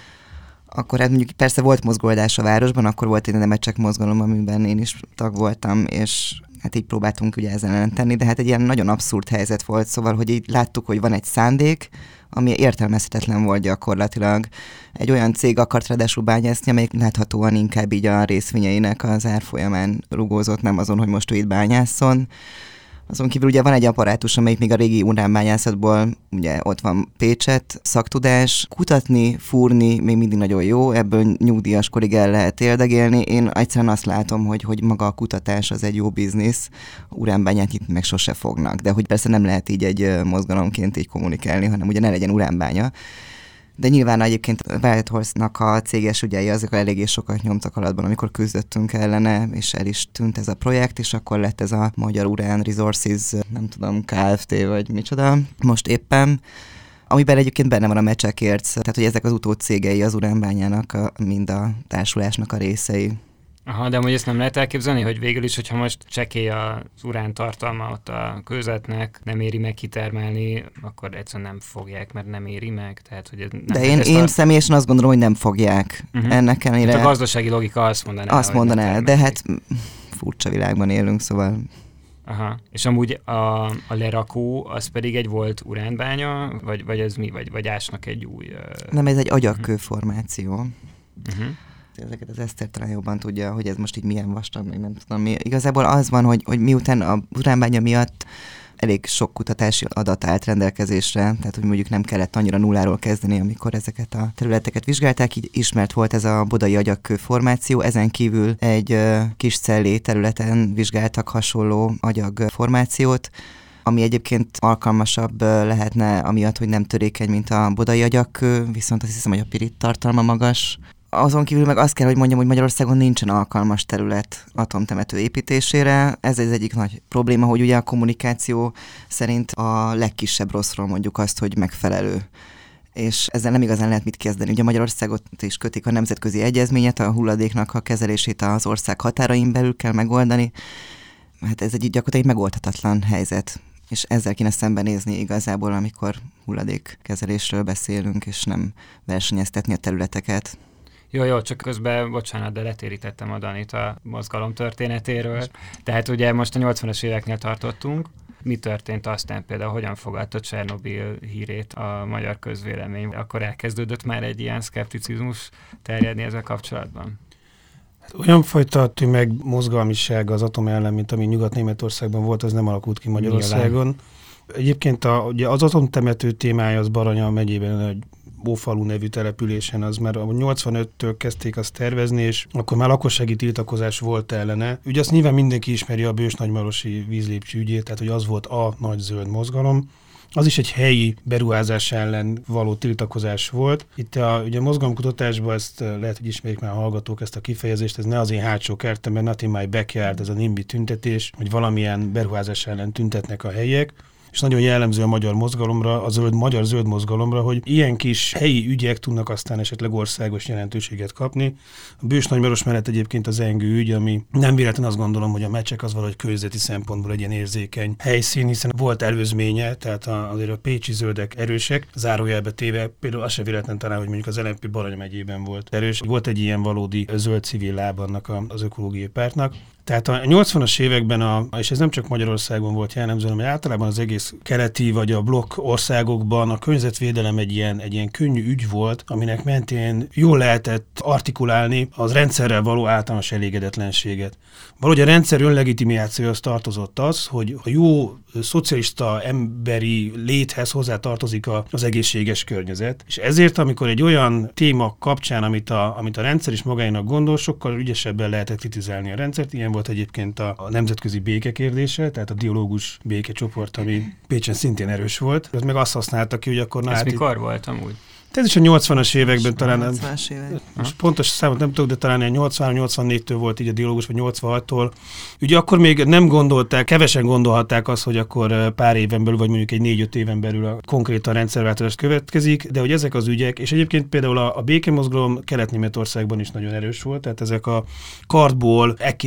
akkor hát mondjuk persze volt mozgolódás a városban, akkor volt egy Nemecsek mozgalom, amiben én is tag voltam, és hát így próbáltunk ugye ezen ellen tenni, de hát egy ilyen nagyon abszurd helyzet volt, szóval, hogy így láttuk, hogy van egy szándék, ami értelmezhetetlen volt gyakorlatilag. Egy olyan cég akart ráadásul bányászni, amelyik láthatóan inkább így a részvényeinek az árfolyamán rugózott, nem azon, hogy most ő itt bányásszon. Azon kívül ugye van egy apparátus, amelyik még a régi uránbányászatból, ugye ott van Pécset, szaktudás, kutatni, fúrni még mindig nagyon jó, ebből nyugdíjas korig el lehet éldegélni. Én egyszerűen azt látom, hogy maga a kutatás az egy jó biznisz, uránbányát itt meg sose fognak, de hogy persze nem lehet így egy mozgalomként így kommunikálni, hanem ugye ne legyen uránbánya. De nyilván egyébként Whitehorse-nak a céges ügyei azok eléggé sokat nyomtak alatban, amikor küzdöttünk ellene, és el is tűnt ez a projekt, és akkor lett ez a Magyar Urán Resources, nem tudom, Kft. Vagy micsoda, most éppen, amiben egyébként benne van a Mecsekérc, tehát hogy ezek az utódcégei az uránbányának, mind a társulásnak a részei. Aha, de amúgy ezt nem lehet elképzelni, hogy végül is, hogyha most csekély az urán tartalma ott a kőzetnek, nem éri meg kitermelni, akkor egyszerűen nem fogják, mert nem éri meg. Tehát, hogy ez nem de én személyesen azt gondolom, hogy nem fogják. Ennek ellenére. Hát a gazdasági logika azt mondaná. Azt mondaná, de hát furcsa világban élünk, szóval. Aha. És amúgy a lerakó, az pedig egy volt uránbánya, vagy ez mi? Vagy ásnak egy új... Nem, ez egy agyakkőformáció. Ezeket az Eszter talán jobban tudja, hogy ez most így milyen vastag, meg nem tudom mi. Igazából az van, hogy miután a uránbánya miatt elég sok kutatási adat állt rendelkezésre, tehát hogy mondjuk nem kellett annyira nulláról kezdeni, amikor ezeket a területeket vizsgálták, így ismert volt ez a bodai agyakkő formáció, ezen kívül egy kis cellé területen vizsgáltak hasonló agyagformációt, ami egyébként alkalmasabb lehetne amiatt, hogy nem törékeny, mint a bodai agyakkő, viszont azt hiszem, hogy a pirit tartalma magas. Azon kívül meg azt kell, hogy mondjam, hogy Magyarországon nincsen alkalmas terület atomtemető építésére. Ez az egyik nagy probléma, hogy ugye a kommunikáció szerint a legkisebb rosszról mondjuk azt, hogy megfelelő. És ezzel nem igazán lehet mit kezdeni. Ugye Magyarországot is kötik a nemzetközi egyezményet, a hulladéknak a kezelését az ország határain belül kell megoldani. Hát ez egy gyakorlatilag megoldhatatlan helyzet. És ezzel kéne szembenézni igazából, amikor hulladékkezelésről beszélünk, és nem versenyeztetni a területeket. Jó, csak közben, bocsánat, de letérítettem a Danit a mozgalom történetéről. Tehát ugye most a 80-as éveknél tartottunk. Mi történt aztán például, hogyan fogadta Csernobil hírét a magyar közvélemény? Akkor elkezdődött már egy ilyen szkepticizmus terjedni ezzel kapcsolatban? Olyan fajta tömegmozgalmiság az atom ellen, mint ami Nyugat-Németországban volt, az nem alakult ki Magyarországon. Nyilván. Egyébként ugye az atomtemető témája az Baranya megyében egy Ófalu nevű településen, az már 85-től kezdték azt tervezni, és akkor már lakossági tiltakozás volt ellene. Ugye azt nyilván mindenki ismeri a bős-nagymarosi vízlépcső ügyét, tehát hogy az volt a nagy zöld mozgalom. Az is egy helyi beruházás ellen való tiltakozás volt. Itt ugye a mozgalomkutatásban ezt lehet, hogy ismerik már a hallgatók ezt a kifejezést, ez ne az én hátsó kertem, mert not in my backyard, ez a NIMBY tüntetés, hogy valamilyen beruházás ellen tüntetnek a helyiek. És nagyon jellemző a magyar mozgalomra, magyar zöld mozgalomra, hogy ilyen kis helyi ügyek tudnak aztán esetleg országos jelentőséget kapni. A Bős-Nagymaros mellett egyébként az Engő ügy, ami nem véletlen, azt gondolom, hogy a Mecsek az valahogy környezeti szempontból egy ilyen érzékeny helyszín, hiszen volt előzménye, tehát azért a pécsi zöldek erősek, zárójelbe téve, például az se véletlen talán, hogy mondjuk az LNP Baranya megyében volt erős. Volt egy ilyen valódi zöld civil láb annak az ökológiai pártnak. Tehát a 80-as években, és ez nem csak Magyarországon volt jellemző, hanem általában az egész keleti vagy a blokk országokban a környezetvédelem egy ilyen könnyű ügy volt, aminek mentén jól lehetett artikulálni az rendszerrel való általános elégedetlenséget. Valahogy a rendszer önlegitimációhoz tartozott az, hogy a jó szocialista emberi léthez hozzá tartozik az egészséges környezet. És ezért, amikor egy olyan téma kapcsán, amit a rendszer is magának gondol, sokkal ügyesebben lehetett kritizálni a rendszert. Ilyen volt egyébként a nemzetközi béke kérdése, tehát a dialógus békecsoport, ami Pécsen szintén erős volt. Ez meg azt használta ki, hogy akkor... Ez mikor volt amúgy? Ez is a 80-as években talán. 80-as évek. Most pontos számot nem tudok, de talán 83-84-től volt így a dialógus, vagy 86-tól. Ugye akkor még nem gondolták, kevesen gondolhatták azt, hogy akkor pár éven belül, vagy mondjuk egy 4-5 éven belül konkrétan rendszerváltozás következik, de hogy ezek az ügyek, és egyébként például a békemozgalom Kelet-Németországban is nagyon erős volt, tehát ezek a kartból ekét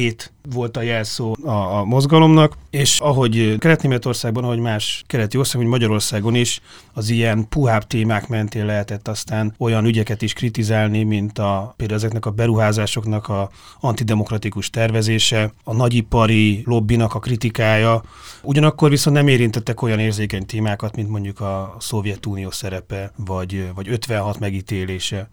volt a jelszó a mozgalomnak, és ahogy Kelet-Németországban, ahogy más keleti országban, Magyarországon is az ilyen puhább témák mentén lehetett aztán olyan ügyeket is kritizálni, mint például ezeknek a beruházásoknak a antidemokratikus tervezése, a nagyipari lobbinak a kritikája, ugyanakkor viszont nem érintettek olyan érzékeny témákat, mint mondjuk a Szovjetunió szerepe, vagy 56 megítélése.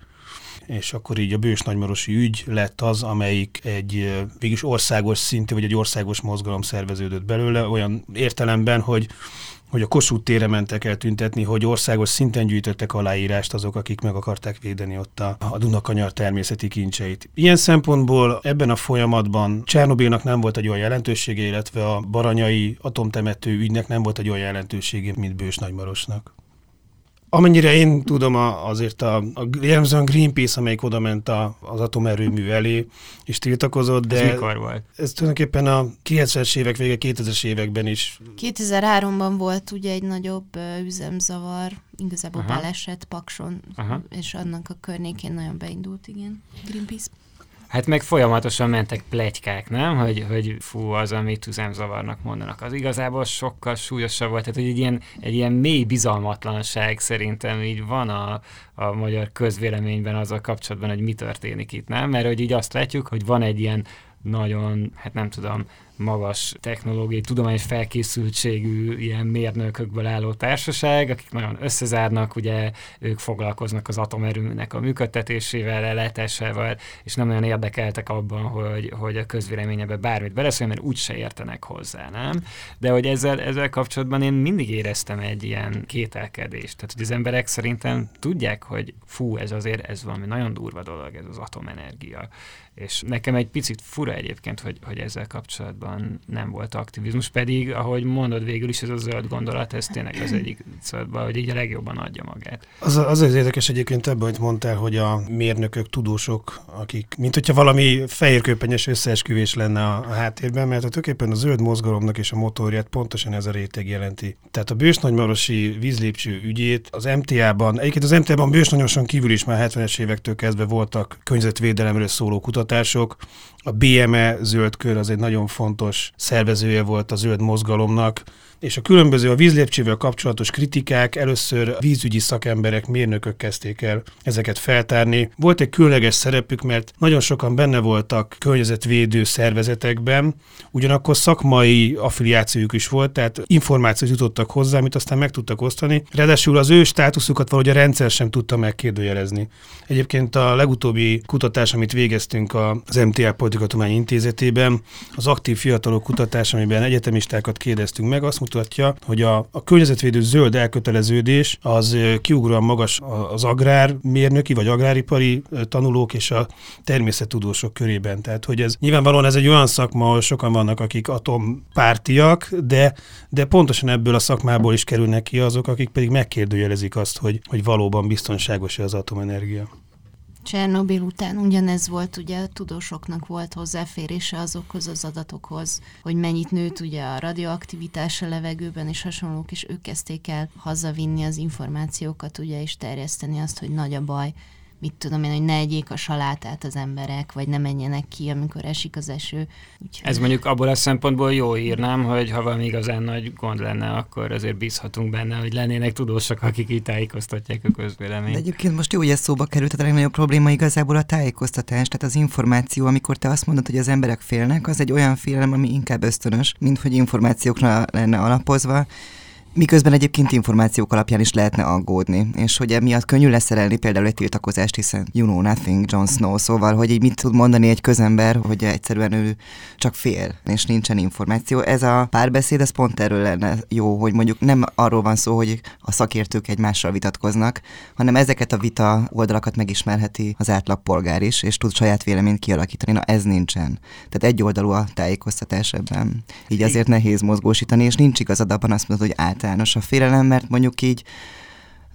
És akkor így a Bős nagymarosi ügy lett az, amelyik egy végülis országos szintű, vagy egy országos mozgalom szerveződött belőle, olyan értelemben, hogy a Kossuth térre mentek el tüntetni, hogy országos szinten gyűjtöttek aláírást azok, akik meg akarták védeni ott a Dunakanyar természeti kincseit. Ilyen szempontból ebben a folyamatban Csernobilnak nem volt egy olyan jelentősége, illetve a baranyai atomtemető ügynek nem volt egy olyan jelentősége, mint Bős nagymarosnak. Amennyire én tudom, azért jellemzően Greenpeace, amelyik oda ment az atomerőmű elé, és tiltakozott, de... Ez mikor volt? Ez tulajdonképpen a 90-es évek vége, 2000-es években is. 2003-ban volt ugye egy nagyobb üzemzavar, igazából baleset Pakson, és annak a környékén nagyon beindult, igen, Greenpeace. Hát meg folyamatosan mentek pletykák, nem? Hogy fú, az, amit üzemzavarnak mondanak. Az igazából sokkal súlyosabb volt. Tehát, hogy egy ilyen mély bizalmatlanság szerintem így van a magyar közvéleményben azzal kapcsolatban, hogy mi történik itt, nem? Mert hogy így azt látjuk, hogy van egy ilyen nagyon, hát nem tudom, magas technológiai, tudományos felkészültségű ilyen mérnökökből álló társaság, akik nagyon összezárnak, ugye ők foglalkoznak az atomerőműnek a működtetésével, ellátásával, és nem olyan érdekeltek abban, hogy a közvéleményebe bármit beleszóljon, mert úgyse értenek hozzá, nem? De hogy ezzel kapcsolatban én mindig éreztem egy ilyen kételkedést. Tehát, hogy az emberek szerintem tudják, hogy fú, ez valami nagyon durva dolog, ez az atomenergia. És nekem egy picit fura egyébként, hogy ezzel kapcsolatban nem volt aktivizmus, pedig, ahogy mondod, végül is ez a zöld gondolat, ez tényleg az egyik szóval, hogy így a legjobban adja magát. Az érdekes egyébként ebben, hogy mondtál, hogy a mérnökök, tudósok, akik, mint hogyha valami fehérköpenyes összeesküvés lenne a háttérben, mert tulajdonképpen a zöld mozgalomnak és a motorját pontosan ez a réteg jelenti. Tehát a Bős nagymarosi vízlépcső ügyét az MTA-ban, egyébként az MTA-ban Bős nagymaroson kívül is már 70-es évektől kezdve voltak környezetvédelemről szóló kutatások. A BME zöld kör az egy nagyon fontos szervezője volt a zöld mozgalomnak, és a különböző a vízlépcsővel kapcsolatos kritikák először vízügyi szakemberek, mérnökök kezdték el ezeket feltárni. Volt egy különleges szerepük, mert nagyon sokan benne voltak környezetvédő szervezetekben, ugyanakkor szakmai affiliációjuk is volt, tehát információt jutottak hozzá, amit aztán meg tudtak osztani. Ráadásul az ő státuszukat valahogy a rendszer sem tudta megkérdőjelezni. Egyébként a legutóbbi kutatás, amit végeztünk az MTA Politikatudományi Intézetében, az aktív fiatalok kutatás, amiben egyetemistákat kérdeztünk meg, azt mutatja, hogy a környezetvédő zöld elköteleződés az kiugróan magas az agrármérnöki vagy agráripari tanulók és a természettudósok körében. Tehát, hogy ez nyilvánvalóan ez egy olyan szakma, ahol sokan vannak, akik atompártiak, de pontosan ebből a szakmából is kerülnek ki azok, akik pedig megkérdőjelezik azt, hogy valóban biztonságos-e az atomenergia. Csernobil után ugyanez volt, ugye a tudósoknak volt hozzáférése azokhoz az adatokhoz, hogy mennyit nőtt ugye a radioaktivitás a levegőben és hasonlók, és ők kezdték el hazavinni az információkat, ugye, és terjeszteni azt, hogy nagy a baj. Mit tudom én, hogy ne egyék a salátát az emberek, vagy ne menjenek ki, amikor esik az eső. Úgyhogy... Ez mondjuk abból a szempontból jó írnám, hogy ha valami igazán nagy gond lenne, akkor azért bízhatunk benne, hogy lennének tudósok, akik így tájékoztatják a közvéleményt. De egyébként most jó, hogy ez szóba került, tehát a legnagyobb probléma igazából a tájékoztatás, tehát az információ, amikor te azt mondod, hogy az emberek félnek, az egy olyan félelem, ami inkább ösztönös, mint hogy információkra lenne alapozva. Miközben egyébként információk alapján is lehetne aggódni, és hogy emiatt könnyű leszerelni például egy tiltakozást, hiszen you know nothing, Jon Snow, szóval, hogy így mit tud mondani egy közember, hogy egyszerűen ő csak fél, és nincsen információ. Ez a párbeszéd, ez pont erről lenne jó, hogy mondjuk nem arról van szó, hogy a szakértők egymással vitatkoznak, hanem ezeket a vita oldalakat megismerheti az átlagpolgár is, és tud saját véleményt kialakítani. Na ez nincsen. Tehát egyoldalú a tájékoztatás ebben. Így azért nehéz mozgósítani, és nincs igazad abban azt mondod, hogy általános a félelem, mert mondjuk így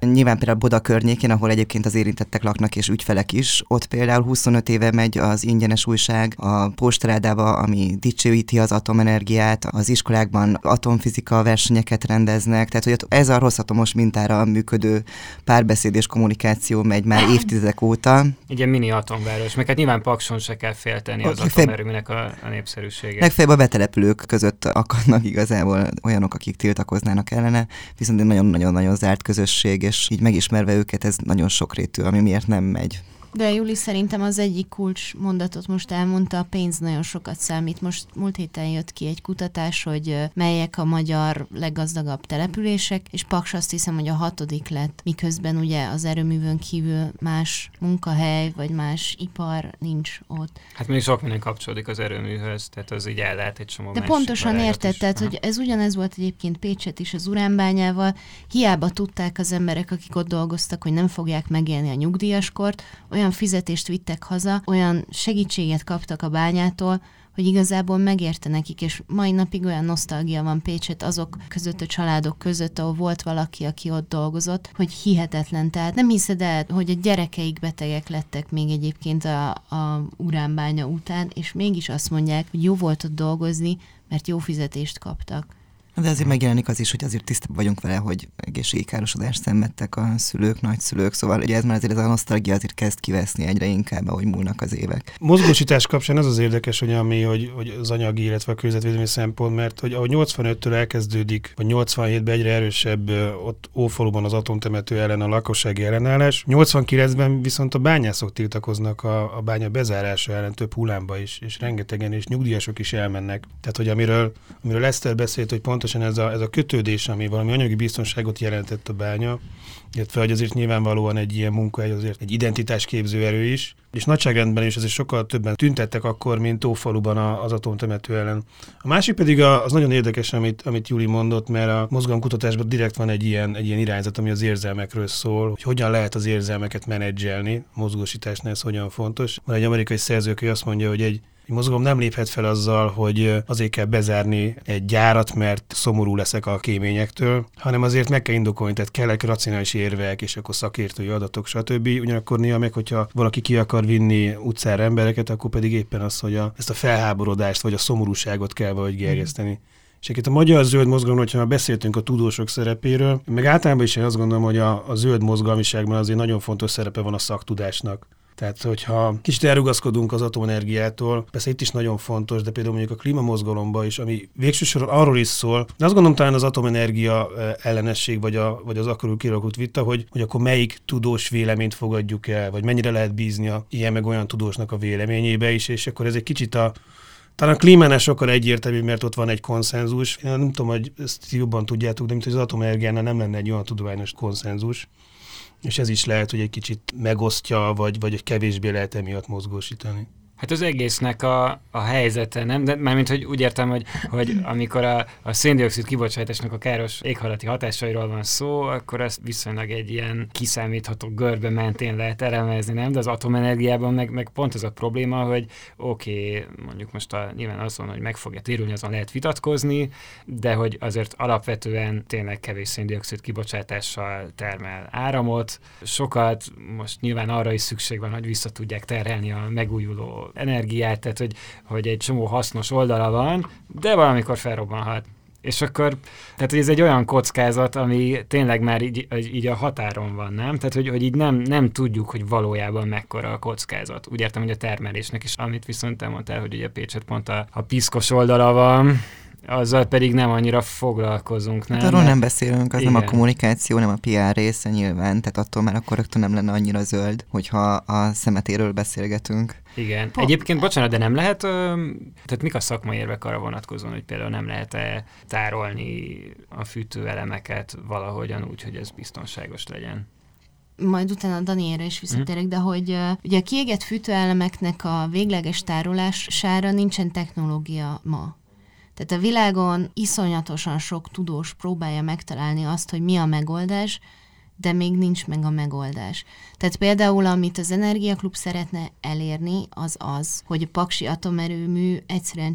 Nyilván például Boda környékén, ahol egyébként az érintettek laknak és ügyfelek is, ott például 25 éve megy az ingyenes újság a Postaládába, ami dicsőíti az atomenergiát, az iskolákban atomfizika versenyeket rendeznek, tehát hogy ez a rosszatomos mintára működő párbeszéd és kommunikáció megy már évtizedek óta. Ugye mini atomváros, meg hát nyilván Pakson se kell félteni az atomerőműnek a népszerűséget. Legfeljebb a betelepülők között akadnak igazából olyanok, akik tiltakoznának ellene, viszont egy nagyon-nagyon-nagyon zárt közösség, és így megismerve őket ez nagyon sokrétű, ami miért nem megy. De Juli szerintem az egyik kulcs mondatot most elmondta, a pénz nagyon sokat számít. Most múlt héten jött ki egy kutatás, hogy melyek a magyar leggazdagabb települések, és Paks azt hiszem, hogy a 6. lett, miközben ugye az erőművön kívül más munkahely, vagy más ipar nincs ott. Hát még sok minden kapcsolódik az erőműhöz, tehát az így el lehet egy csomó. De pontosan érted, tehát hogy ez ugyanez volt egyébként Pécset is az uránbányával, hiába tudták az emberek, akik ott dolgoztak, hogy nem fogják megélni a nyugdíjaskort, olyan fizetést vittek haza, olyan segítséget kaptak a bányától, hogy igazából megérte nekik, és mai napig olyan nosztalgia van Pécset azok között, a családok között, ahol volt valaki, aki ott dolgozott, hogy hihetetlen. Tehát nem hiszed el, hogy a gyerekeik betegek lettek még egyébként a uránbánya után, és mégis azt mondják, hogy jó volt ott dolgozni, mert jó fizetést kaptak. De azért megjelenik az is, hogy azért tisztában vagyunk vele, hogy egészségkárosodást szenvedtek a szülők, nagyszülők, szóval ugye ez már azért ez a nosztalgia azért kezd kiveszni egyre inkább, ahogy múlnak az évek. Mozgósítás kapcsán az érdekes, hogy az anyagi, illetve a környezetvédelmi szempont, mert hogy ahogy 85-től elkezdődik, vagy 87-ben egyre erősebb ott Ófaluban az atomtemető ellen a lakossági ellenállás, 89-ben viszont a bányászok tiltakoznak a bánya bezárása ellen több hullámba is, és rengetegen, és nyugdíjasok is elmennek. Tehát, hogy amiről Eszter beszélt, hogy pontosan ez a kötődés, ami valami anyagi biztonságot jelentett a bánya, illetve hogy azért nyilvánvalóan egy ilyen munkahely azért egy identitásképző erő is, és nagyságrendben is azért sokkal többen tüntettek akkor, mint Ófaluban az atomtemető ellen. A másik pedig az nagyon érdekes, amit Juli mondott, mert a mozgalomkutatásban direkt van egy ilyen irányzat, ami az érzelmekről szól, hogy hogyan lehet az érzelmeket menedzselni, a mozgósításnál ez hogyan fontos. Van egy amerikai szerző, aki azt mondja, hogy egy mozgalom nem léphet fel azzal, hogy azért kell bezárni egy gyárat, mert szomorú leszek a kéményektől, hanem azért meg kell indokolni, tehát kellek racionális érvek, és akkor szakértői adatok, stb. Ugyanakkor néha meg, hogyha valaki ki akar vinni utcára embereket, akkor pedig éppen az, hogy ezt a felháborodást vagy a szomorúságot kell valahogy gerjeszteni. És egyébként a magyar zöld mozgalom, hogyha már beszéltünk a tudósok szerepéről, meg általában is én azt gondolom, hogy a zöld mozgalmiságban azért nagyon fontos szerepe van a szaktudásnak. Tehát, hogyha kicsit elrugaszkodunk az atomenergiától, persze itt is nagyon fontos, de például mondjuk a klímamozgalomban is, ami végső soron arról is szól, de azt gondolom talán az atomenergia ellenesség, vagy az akkor kialakult vita, hogy akkor melyik tudós véleményt fogadjuk el, vagy mennyire lehet bízni ilyen meg olyan tudósnak a véleményébe is, és akkor ez egy kicsit talán a klímánál sokkal egyértelmű, mert ott van egy konszenzus. Én nem tudom, hogy ezt jobban tudjátok, de mint hogy az atomenergiánál nem lenne egy olyan tudományos konszenzus. És ez is lehet, hogy egy kicsit megosztja, vagy kevésbé lehet emiatt mozgósítani. Hát az egésznek a helyzete, nem? De mármint, hogy úgy értem, hogy amikor a széndioxid kibocsátásnak a káros éghajlati hatásairól van szó, akkor ezt viszonylag egy ilyen kiszámítható görbe mentén lehet elemezni, nem? De az atomenergiában meg pont ez a probléma, hogy oké, mondjuk most nyilván azon, hogy meg fogja térülni, azon lehet vitatkozni, de hogy azért alapvetően tényleg kevés széndioxid kibocsátással termel áramot. Sokat most nyilván arra is szükség van, hogy vissza tudják terhelni a megújuló energiát, tehát hogy egy csomó hasznos oldala van, de valamikor felrobbanhat. És akkor, tehát hogy ez egy olyan kockázat, ami tényleg már így a határon van, nem? Tehát, hogy így nem tudjuk, hogy valójában mekkora a kockázat. Úgy értem, hogy a termelésnek is, amit viszont te mondtál, hogy ugye Pécset pont a piszkos oldala van, azzal pedig nem annyira foglalkozunk. Nem? Hát arról nem beszélünk, az igen. Nem a kommunikáció, nem a PR része nyilván, tehát attól már akkor rögtön nem lenne annyira zöld, hogyha a szemetéről beszélgetünk. Igen. Egyébként, bocsánat, de nem lehet, tehát mik a szakmai érvek arra vonatkozóan, hogy például nem lehet-e tárolni a fűtőelemeket valahogyan úgy, hogy ez biztonságos legyen? Majd utána Danielre is visszatérek, de hogy ugye a kiégett fűtőelemeknek a végleges tárolására nincsen technológia ma. Tehát a világon iszonyatosan sok tudós próbálja megtalálni azt, hogy mi a megoldás, de még nincs meg a megoldás. Tehát például, amit az Energiaklub szeretne elérni, az, hogy a paksi atomerőmű egyszerűen csak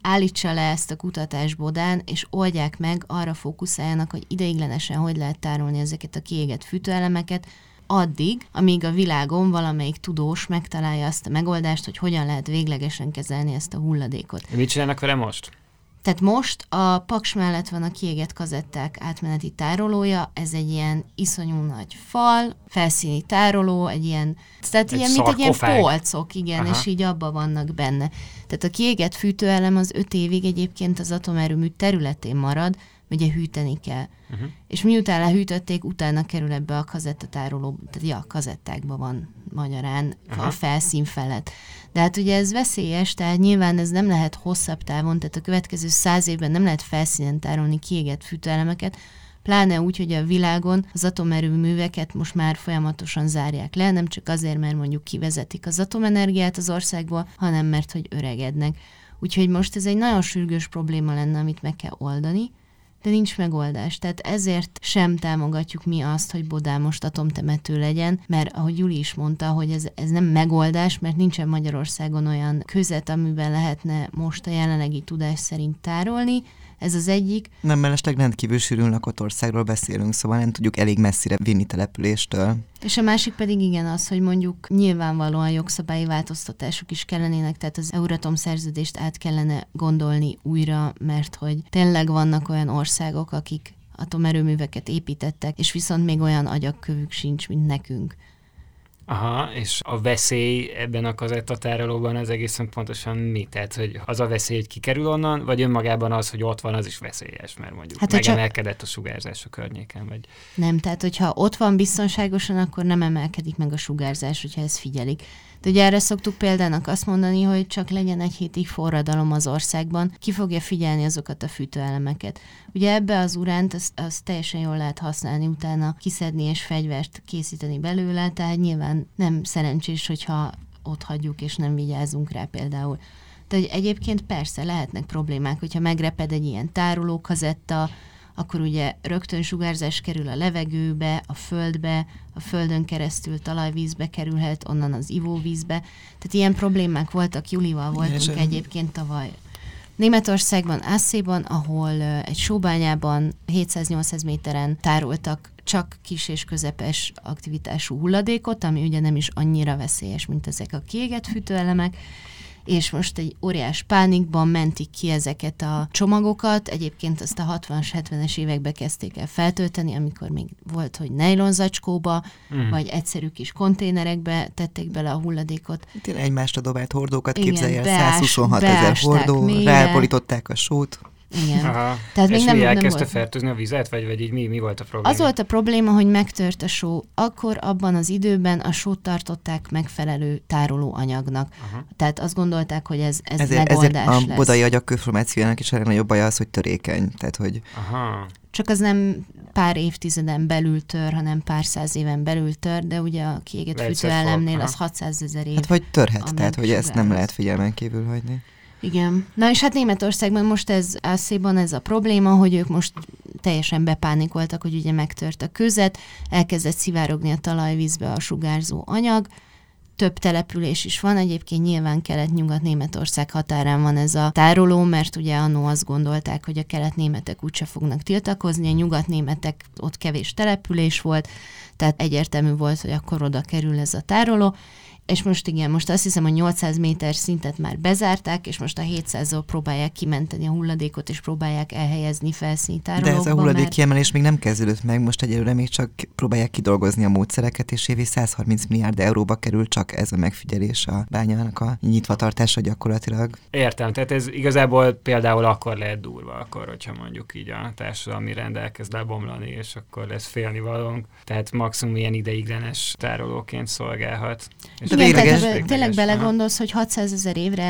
állítsa le ezt a kutatást Bodán, és oldják meg, arra fókuszáljanak, hogy ideiglenesen hogy lehet tárolni ezeket a kiégett fűtőelemeket, addig, amíg a világon valamelyik tudós megtalálja azt a megoldást, hogy hogyan lehet véglegesen kezelni ezt a hulladékot. Mit csinálnak vele most? Tehát most a Paks mellett van a kiégett kazetták átmeneti tárolója, ez egy ilyen iszonyú nagy fal, felszíni tároló, egy ilyen, tehát ilyen, mint egy ilyen polcok, igen, és így abban vannak benne. Tehát a kiégett fűtőelem az 5 évig egyébként az atomerőmű területén marad, ugye hűteni kell. És miután lehűtötték, utána kerül ebbe a kazettatároló, tehát a kazettákban van magyarán a felszín felett. De hát ugye ez veszélyes, tehát nyilván ez nem lehet hosszabb távon, tehát a következő 100 évben nem lehet felszínen tárolni kiégett fűtőelemeket, pláne úgy, hogy a világon az atomerőműveket most már folyamatosan zárják le, nem csak azért, mert mondjuk kivezetik az atomenergiát az országból, hanem mert hogy öregednek. Úgyhogy most ez egy nagyon sürgős probléma lenne, amit meg kell oldani, de nincs megoldás. Tehát ezért sem támogatjuk mi azt, hogy Bodán most atomtemető legyen, mert ahogy Juli is mondta, hogy ez nem megoldás, mert nincsen Magyarországon olyan közet, amiben lehetne most a jelenlegi tudás szerint tárolni. Ez az egyik. Nem mellesleg rendkívül sűrűn lakott országról beszélünk, szóval nem tudjuk elég messzire vinni településtől. És a másik pedig igen az, hogy mondjuk nyilvánvalóan jogszabályi változtatások is kellenének, tehát az Euratom szerződést át kellene gondolni újra, mert hogy tényleg vannak olyan országok, akik atomerőműveket építettek, és viszont még olyan agyagkövük sincs, mint nekünk. Aha, és a veszély ebben a kazettatárolóban az egészen pontosan mi? Tehát, hogy az a veszély, hogy kikerül onnan, vagy önmagában az, hogy ott van, az is veszélyes, mert mondjuk megemelkedett a sugárzás a környéken, vagy... Nem, tehát hogyha ott van biztonságosan, akkor nem emelkedik meg a sugárzás, hogyha ezt figyelik. De ugye erre szoktuk példának azt mondani, hogy csak legyen 1 hétig forradalom az országban, ki fogja figyelni azokat a fűtőelemeket. Ugye ebbe az uránt az teljesen jól lehet használni, utána kiszedni és fegyvert készíteni belőle, tehát nyilván nem szerencsés, hogyha ott hagyjuk és nem vigyázunk rá például. De hogy egyébként persze lehetnek problémák, hogyha megreped egy ilyen tárolókazetta, akkor ugye rögtön sugárzás kerül a levegőbe, a földbe, a földön keresztül talajvízbe kerülhet, onnan az ivóvízbe. Tehát ilyen problémák voltak, Julival voltunk egyébként tavaly Németországban, Ászéban, ahol egy sóbányában 700-800 méteren tároltak csak kis és közepes aktivitású hulladékot, ami ugye nem is annyira veszélyes, mint ezek a kiégett fűtőelemek, és most egy óriás pánikban mentik ki ezeket a csomagokat. Egyébként azt a 60-as, 70-es években kezdték el feltölteni, amikor még volt, hogy nejlonzacskóba, vagy egyszerű kis konténerekbe tették bele a hulladékot. Tényleg egymásra dobált hordókat képzelj el, 126 000 hordó, ráborították a sót. Igen. Aha. Tehát és még mi nem elkezdte volt. fertőzni a vizet, vagy így mi volt a probléma? Az volt a probléma, hogy megtört a só. Akkor abban az időben a sót tartották megfelelő tárolóanyagnak. Tehát azt gondolták, hogy ez megoldás ezért lesz. a bodai agyagkőformációjának is a legnagyobb baja az, hogy törékeny. Tehát, hogy... Csak az nem pár évtizeden belül tör, hanem pár 100 éven belül tör, de ugye a kiégett fűtőelemnél az 600 000 év. Hát vagy törhet, tehát hogy ezt nem lehet figyelmen kívül hagyni. Igen. Na és hát Németországban most Ászéban ez a probléma, hogy ők most teljesen bepánikoltak, hogy ugye megtört a közet, elkezdett szivárogni a talajvízbe a sugárzó anyag, több település is van, egyébként nyilván Kelet-Nyugat-Németország határán van ez a tároló, mert ugye annó azt gondolták, hogy a kelet-németek úgyse fognak tiltakozni, a nyugat-németek ott kevés település volt, tehát egyértelmű volt, hogy akkor oda kerül ez a tároló, és most igen, most azt hiszem, hogy 800 méter szintet már bezárták, és most a 700-zal próbálják kimenteni a hulladékot, és próbálják elhelyezni felszíni tárolókba. De ez a hulladék kiemelés még nem kezdődött meg, most egyelőre még csak próbálják kidolgozni a módszereket, és évi 130 milliárd euróba kerül csak ez a megfigyelés a bányának a nyitvatartása gyakorlatilag. Értem, tehát ez igazából például akkor lehet durva, akkor, hogyha mondjuk így a társadalmi rend elkezd lebomlani, és akkor lesz félnivalónk, tehát maximum ilyen ideiglenes tárolóként szolgálhat. És igen, tehát tényleg belegondolsz, hogy 600 000 évre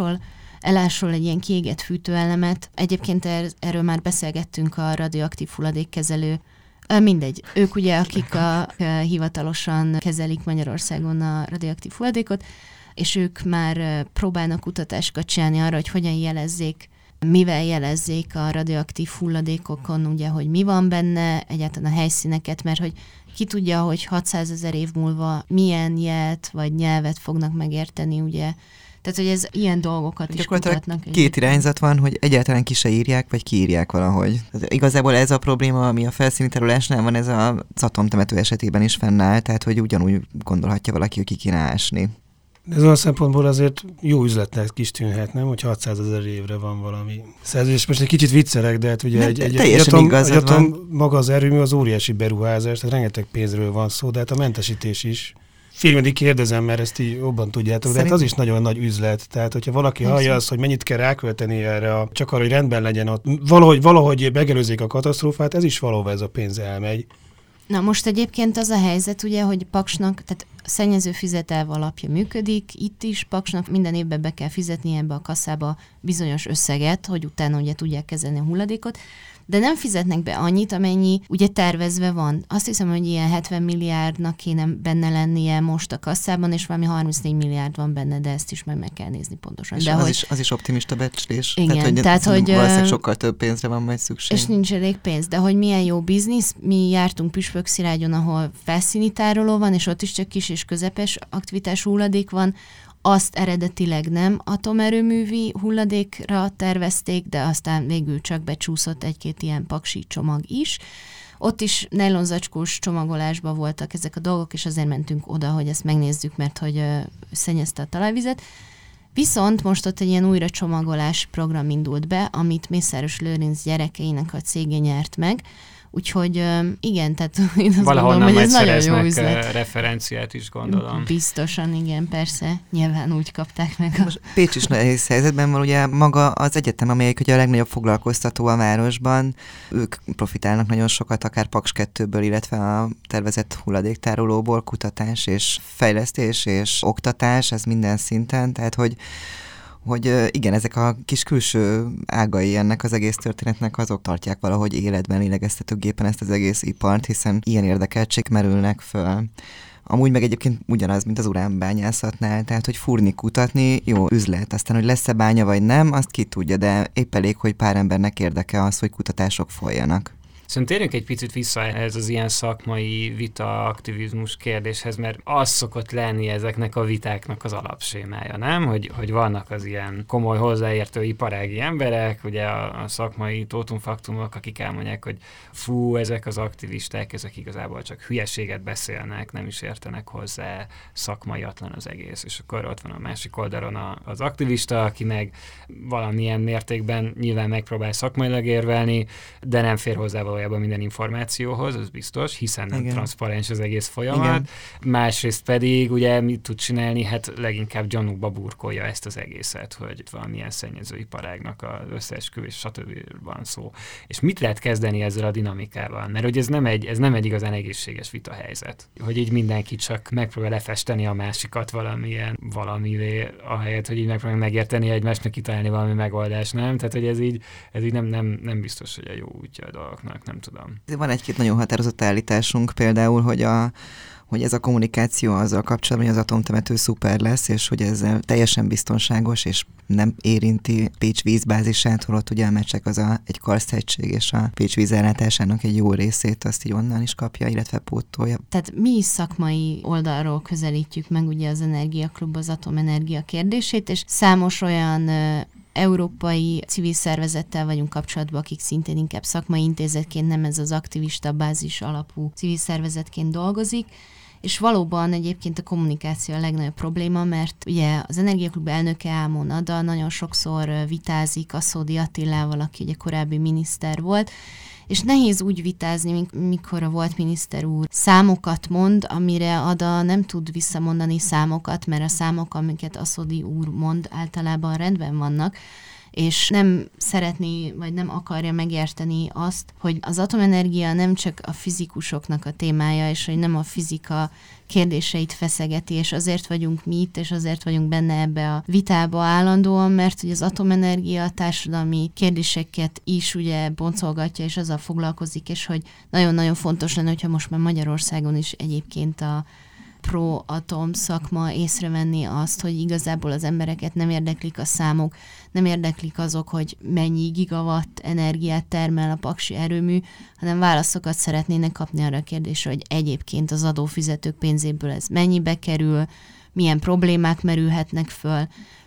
elásol egy ilyen kiégett fűtőelemet. Egyébként erről már beszélgettünk a radioaktív hulladékkezelő. Mindegy. Ők ugye, akik hivatalosan kezelik Magyarországon a radioaktív hulladékot, és ők már próbálnak kutatásokat csinálni arra, hogy hogyan jelezzék, mivel jelezzék a radioaktív hulladékokon, ugye, hogy mi van benne, egyáltalán a helyszíneket, mert hogy ki tudja, hogy 600 000 év múlva milyen jelt vagy nyelvet fognak megérteni, ugye Tehát, hogy ez ilyen dolgokat is kutatnak. Két irányzat van, hogy egyáltalán ki se írják, vagy kiírják valahogy. Tehát igazából ez a probléma, ami a felszíni terülésnél van, ez az atomtemető esetében is fennáll, tehát hogy ugyanúgy gondolhatja valaki, hogy ki kéne ásni. Ez olyan szempontból azért jó üzletnek is tűnhet, nem? Hogy 600 000 évre van valami szerződés. Most egy kicsit viccelek, de hát ugye egy atom maga az erőmű az óriási beruházás, tehát rengeteg pénzről van szó, de hát a mentesítés is. Filmedik kérdezem, mert ezt így jobban tudjátok, de hát az is nagyon nagy üzlet. Tehát, hogyha valaki hallja azt, hogy mennyit kell rákölteni erre, csak arra, hogy rendben legyen ott, valahogy megelőzzék a katasztrófát, ez is valahol ez a pénz elmegy. Na most egyébként az a helyzet, ugye, hogy Paksnak, tehát szennyező fizetelv alapja működik, itt is Paksnak minden évben be kell fizetni ebbe a kasszába bizonyos összeget, hogy utána ugye tudják kezelni a hulladékot, de nem fizetnek be annyit, amennyi ugye tervezve van. Azt hiszem, hogy ilyen 70 milliárdnak kéne benne lennie most a kasszában, és valami 34 milliárd van benne, de ezt is majd meg kell nézni pontosan. És de az is optimista becslés. Igen, tehát hogy valószínűleg sokkal több pénzre van majd szükség. És nincs elég pénz, de hogy milyen jó biznisz, mi jártunk Püspökszilágyon, ahol felszíni tároló van, és ott is csak kis és közepes aktivitás hulladék van, azt eredetileg nem atomerőművi hulladékra tervezték, de aztán végül csak becsúszott egy-két ilyen paksi csomag is. Ott is nejlonzacskós csomagolásban voltak ezek a dolgok, és azért mentünk oda, hogy ezt megnézzük, mert hogy szennyezte a talajvizet. Viszont most ott egy ilyen újracsomagolás program indult be, amit Mészáros Lőrinc gyerekeinek a cége nyert meg. Úgyhogy igen, tehát én azt gondolom, hogy ez nagyon jó üzlet. Referenciát is gondolom. Biztosan, igen, persze. Nyilván úgy kapták meg. Most Pécs is nehéz helyzetben van, ugye maga az egyetem, amelyik ugye a legnagyobb foglalkoztató a városban. Ők profitálnak nagyon sokat, akár Paks 2-ből, illetve a tervezett hulladéktárolóból, kutatás és fejlesztés és oktatás, ez minden szinten, tehát hogy igen, ezek a kis külső ágai ennek az egész történetnek azok tartják valahogy életben, lélegeztetőgépen ezt az egész ipart, hiszen ilyen érdekeltség merülnek föl. Amúgy meg egyébként ugyanaz, mint az uránbányászatnál, tehát hogy fúrni, kutatni, jó üzlet. Aztán, hogy lesz-e bánya vagy nem, azt ki tudja, de épp elég, hogy pár embernek érdeke az, hogy kutatások folyjanak. Szerintem térjünk egy picit vissza ez az ilyen szakmai vita, aktivizmus kérdéshez, mert az szokott lenni ezeknek a vitáknak az alapsémája, nem? Hogy vannak az ilyen komoly hozzáértő iparági emberek, ugye a szakmai tótumfaktumok, akik elmondják, hogy fú, ezek az aktivisták, ezek igazából csak hülyeséget beszélnek, nem is értenek hozzá, szakmaiatlan az egész. És akkor ott van a másik oldalon az aktivista, aki meg valamilyen mértékben nyilván megpróbál szakmailag érvelni, de nem fér hozzá valójában minden információhoz, az biztos, hiszen nem transzparens az egész folyamat. Igen. Másrészt pedig ugye mit tud csinálni? Hát leginkább gyanúba burkolja ezt az egészet, hogy valamilyen szennyezőiparágnak az összeesküvés, stb. Van szó. És mit lehet kezdeni ezzel a dinamikával? Mert hogy ez nem egy igazán egészséges vitahelyzet. Hogy így mindenki csak megpróbál lefesteni a másikat valamivé, ahelyett, hogy így megpróbál megérteni egymást, kitalálni valami megoldást, nem? Tehát, hogy ez így nem biztos, hogy a jó útja a dolgoknak, nem tudom. Van egy-két nagyon határozott állításunk például, hogy ez a kommunikáció azzal kapcsolatban, hogy az atomtemető szuper lesz, és hogy ezzel teljesen biztonságos, és nem érinti Pécs vízbázisát, holott ugye a Mecsek az egy karsthegység, és a Pécs vízellátásának egy jó részét azt így onnan is kapja, illetve pótolja. Tehát mi is szakmai oldalról közelítjük meg ugye az Energiaklub az atomenergia kérdését, és számos olyan európai civil szervezettel vagyunk kapcsolatban, akik szintén inkább szakmai intézetként, nem ez az aktivista bázis alapú civil szervezetként dolgozik, és valóban egyébként a kommunikáció a legnagyobb probléma, mert ugye az Energiaklub elnöke Ámon Ada nagyon sokszor vitázik Aszódi Attilával, aki ugye korábbi miniszter volt, és nehéz úgy vitázni, mikor a volt miniszter úr számokat mond, amire Ada nem tud visszamondani számokat, mert a számok, amiket Aszódi úr mond, általában rendben vannak, és nem szeretné, vagy nem akarja megérteni azt, hogy az atomenergia nem csak a fizikusoknak a témája, és hogy nem a fizika kérdéseit feszegeti, és azért vagyunk mi itt, és azért vagyunk benne ebbe a vitába állandóan, mert hogy az atomenergia társadalmi kérdéseket is ugye boncolgatja, és azzal foglalkozik, és hogy nagyon-nagyon fontos lenne, hogyha most már Magyarországon is egyébként a pro-atom szakma észrevenni azt, hogy igazából az embereket nem érdeklik a számok, nem érdeklik azok, hogy mennyi gigawatt energiát termel a paksi erőmű, hanem válaszokat szeretnének kapni arra a kérdésre, hogy egyébként az adófizetők pénzéből ez mennyibe kerül, milyen problémák merülhetnek föl.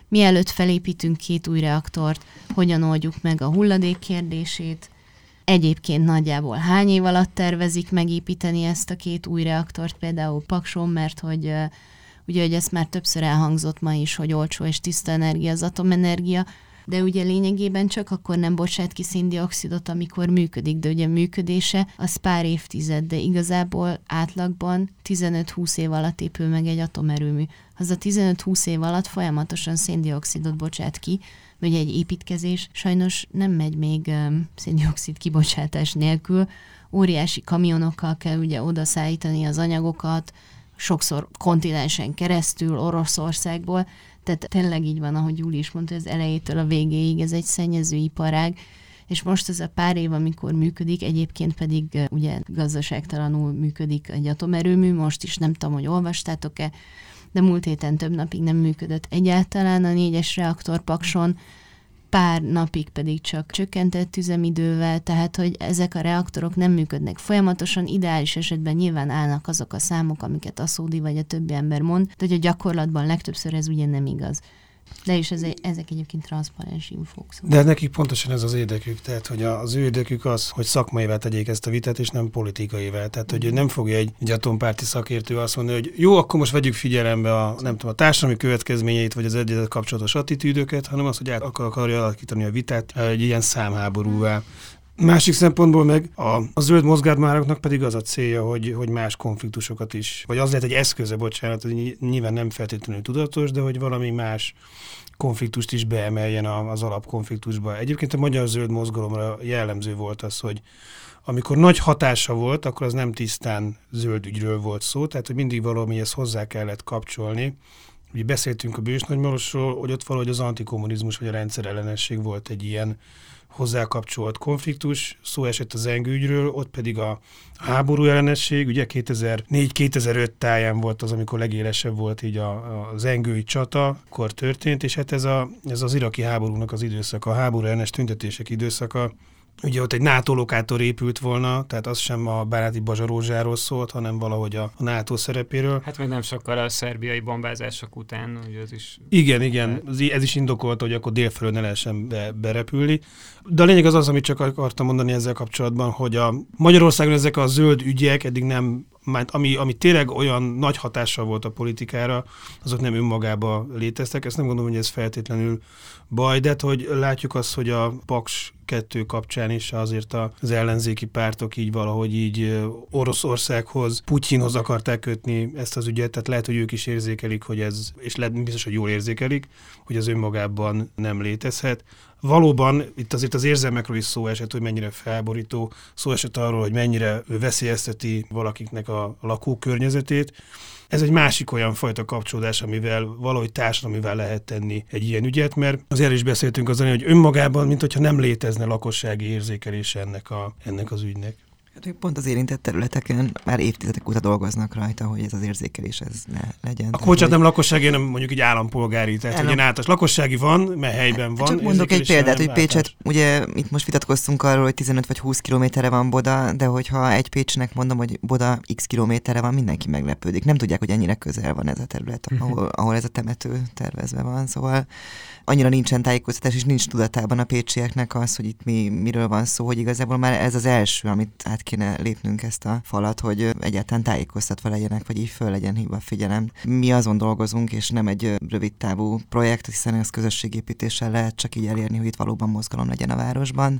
mielőtt felépítünk 2 új reaktort, hogyan oldjuk meg a hulladék kérdését. Egyébként nagyjából hány év alatt tervezik megépíteni ezt a 2 új reaktort, például Pakson, mert hogy ugye, hogy ezt már többször elhangzott ma is, hogy olcsó és tiszta energia az atomenergia, de ugye lényegében csak akkor nem bocsát ki széndioxidot, amikor működik, de ugye működése az pár évtized, de igazából átlagban 15-20 év alatt épül meg egy atomerőmű. Az a 15-20 év alatt folyamatosan széndioxidot bocsát ki, vagy egy építkezés sajnos nem megy még széndioxid kibocsátás nélkül, óriási kamionokkal kell ugye oda szállítani az anyagokat, sokszor kontinensen keresztül, Oroszországból, tehát tényleg így van, ahogy Júli is mondta, az elejétől a végéig ez egy szennyező iparág, és most ez a pár év, amikor működik, egyébként pedig ugye gazdaságtalanul működik egy atomerőmű, most is nem tudom, hogy olvastátok-e, de múlt héten több napig nem működött egyáltalán a 4-es reaktor Pakson, pár napig pedig csak csökkentett üzemidővel, tehát hogy ezek a reaktorok nem működnek folyamatosan, ideális esetben nyilván állnak azok a számok, amiket a Szódi vagy a többi ember mond, de hogy a gyakorlatban legtöbbször ez ugye nem igaz. De is ezek egyébként transzparens infók. Szóval. De nekik pontosan ez az érdekük, tehát hogy az ő érdekük az, hogy szakmaivá tegyék ezt a vitát, és nem politikaivá. Tehát, hogy nem fogja egy atompárti szakértő azt mondani, hogy jó, akkor most vegyük figyelembe a társadalmi következményeit, vagy az egyedül kapcsolatos attitűdöket, hanem az, hogy akarja alakítani a vitát egy ilyen számháborúvá. Másik szempontból meg a zöld mozgásmároknak pedig az a célja, hogy más konfliktusokat is, vagy az lehet egy eszköze, bocsánat, hogy nyilván nem feltétlenül tudatos, de hogy valami más konfliktust is beemeljen az alapkonfliktusba. Egyébként a magyar zöld mozgalomra jellemző volt az, hogy amikor nagy hatása volt, akkor az nem tisztán zöld ügyről volt szó, tehát hogy mindig valamihez hozzá kellett kapcsolni. Ugye beszéltünk a Bős Nagymarosról, hogy ott valahogy az antikommunizmus vagy a rendszerellenesség volt egy ilyen hozzákapcsolt konfliktus, szó esett a zengőügyről, ott pedig a háború ellenesség, ugye 2004-2005 táján volt az, amikor legélesebb volt így a zengői csata, akkor történt, és hát ez az iraki háborúnak az időszaka, a háború ellenes tüntetések időszaka. Ugye ott egy NATO lokátor épült volna, tehát az sem a Báráti Bazsa Rózsáról szólt, hanem valahogy a NATO szerepéről. Hát meg nem sokkal a szerbiai bombázások után, ugye az is... Igen, ez is indokolta, hogy akkor délfelől ne lehessen berepülni. De a lényeg az, amit csak akartam mondani ezzel kapcsolatban, hogy a Magyarországon ezek a zöld ügyek eddig nem, ami tényleg olyan nagy hatással volt a politikára, azok nem önmagában léteztek. Ezt nem gondolom, hogy ez feltétlenül baj, de hogy látjuk azt, hogy a Paks 2 kapcsán is azért az ellenzéki pártok így valahogy így Oroszországhoz, Putyinhoz akarták kötni ezt az ügyet, tehát lehet, hogy ők is érzékelik, hogy ez, és biztos, hogy jól érzékelik, hogy az önmagában nem létezhet. Valóban itt azért az érzelmekről is szó esett, hogy mennyire felborító, szó esett arról, hogy mennyire veszélyezteti valakiknek a lakókörnyezetét. Ez egy másik olyan fajta kapcsolódás, amivel valahogy társadalmivel lehet tenni egy ilyen ügyet, mert azért is beszéltünk azon, hogy önmagában, mint hogyha nem létezne lakossági érzékelése ennek az ügynek. Hát, pont az érintett területeken már évtizedek óta dolgoznak rajta, hogy ez az érzékelés ez legyen. A bocsánat, nem lakossági, hanem mondjuk egy állampolgári, tehát egy általános lakossági van, mert helyben van. Csak mondok egy példát, hogy Pécset, ugye itt most vitatkoztunk arról, hogy 15 vagy 20 kilométerre van Boda, de hogyha egy Pécsnek mondom, hogy Boda x kilométerre van, mindenki meglepődik. Nem tudják, hogy ennyire közel van ez a terület, ahol ez a temető tervezve van, szóval annyira nincsen tájékoztatás, és nincs tudatában a pécsieknek az, hogy itt miről van szó, hogy igazából már ez az első, amit át kéne lépnünk ezt a falat, hogy egyáltalán tájékoztatva legyenek, vagy így föl legyen hívva figyelem. Mi azon dolgozunk, és nem egy rövid távú projekt, hiszen ez közösségépítéssel lehet csak így elérni, hogy itt valóban mozgalom legyen a városban.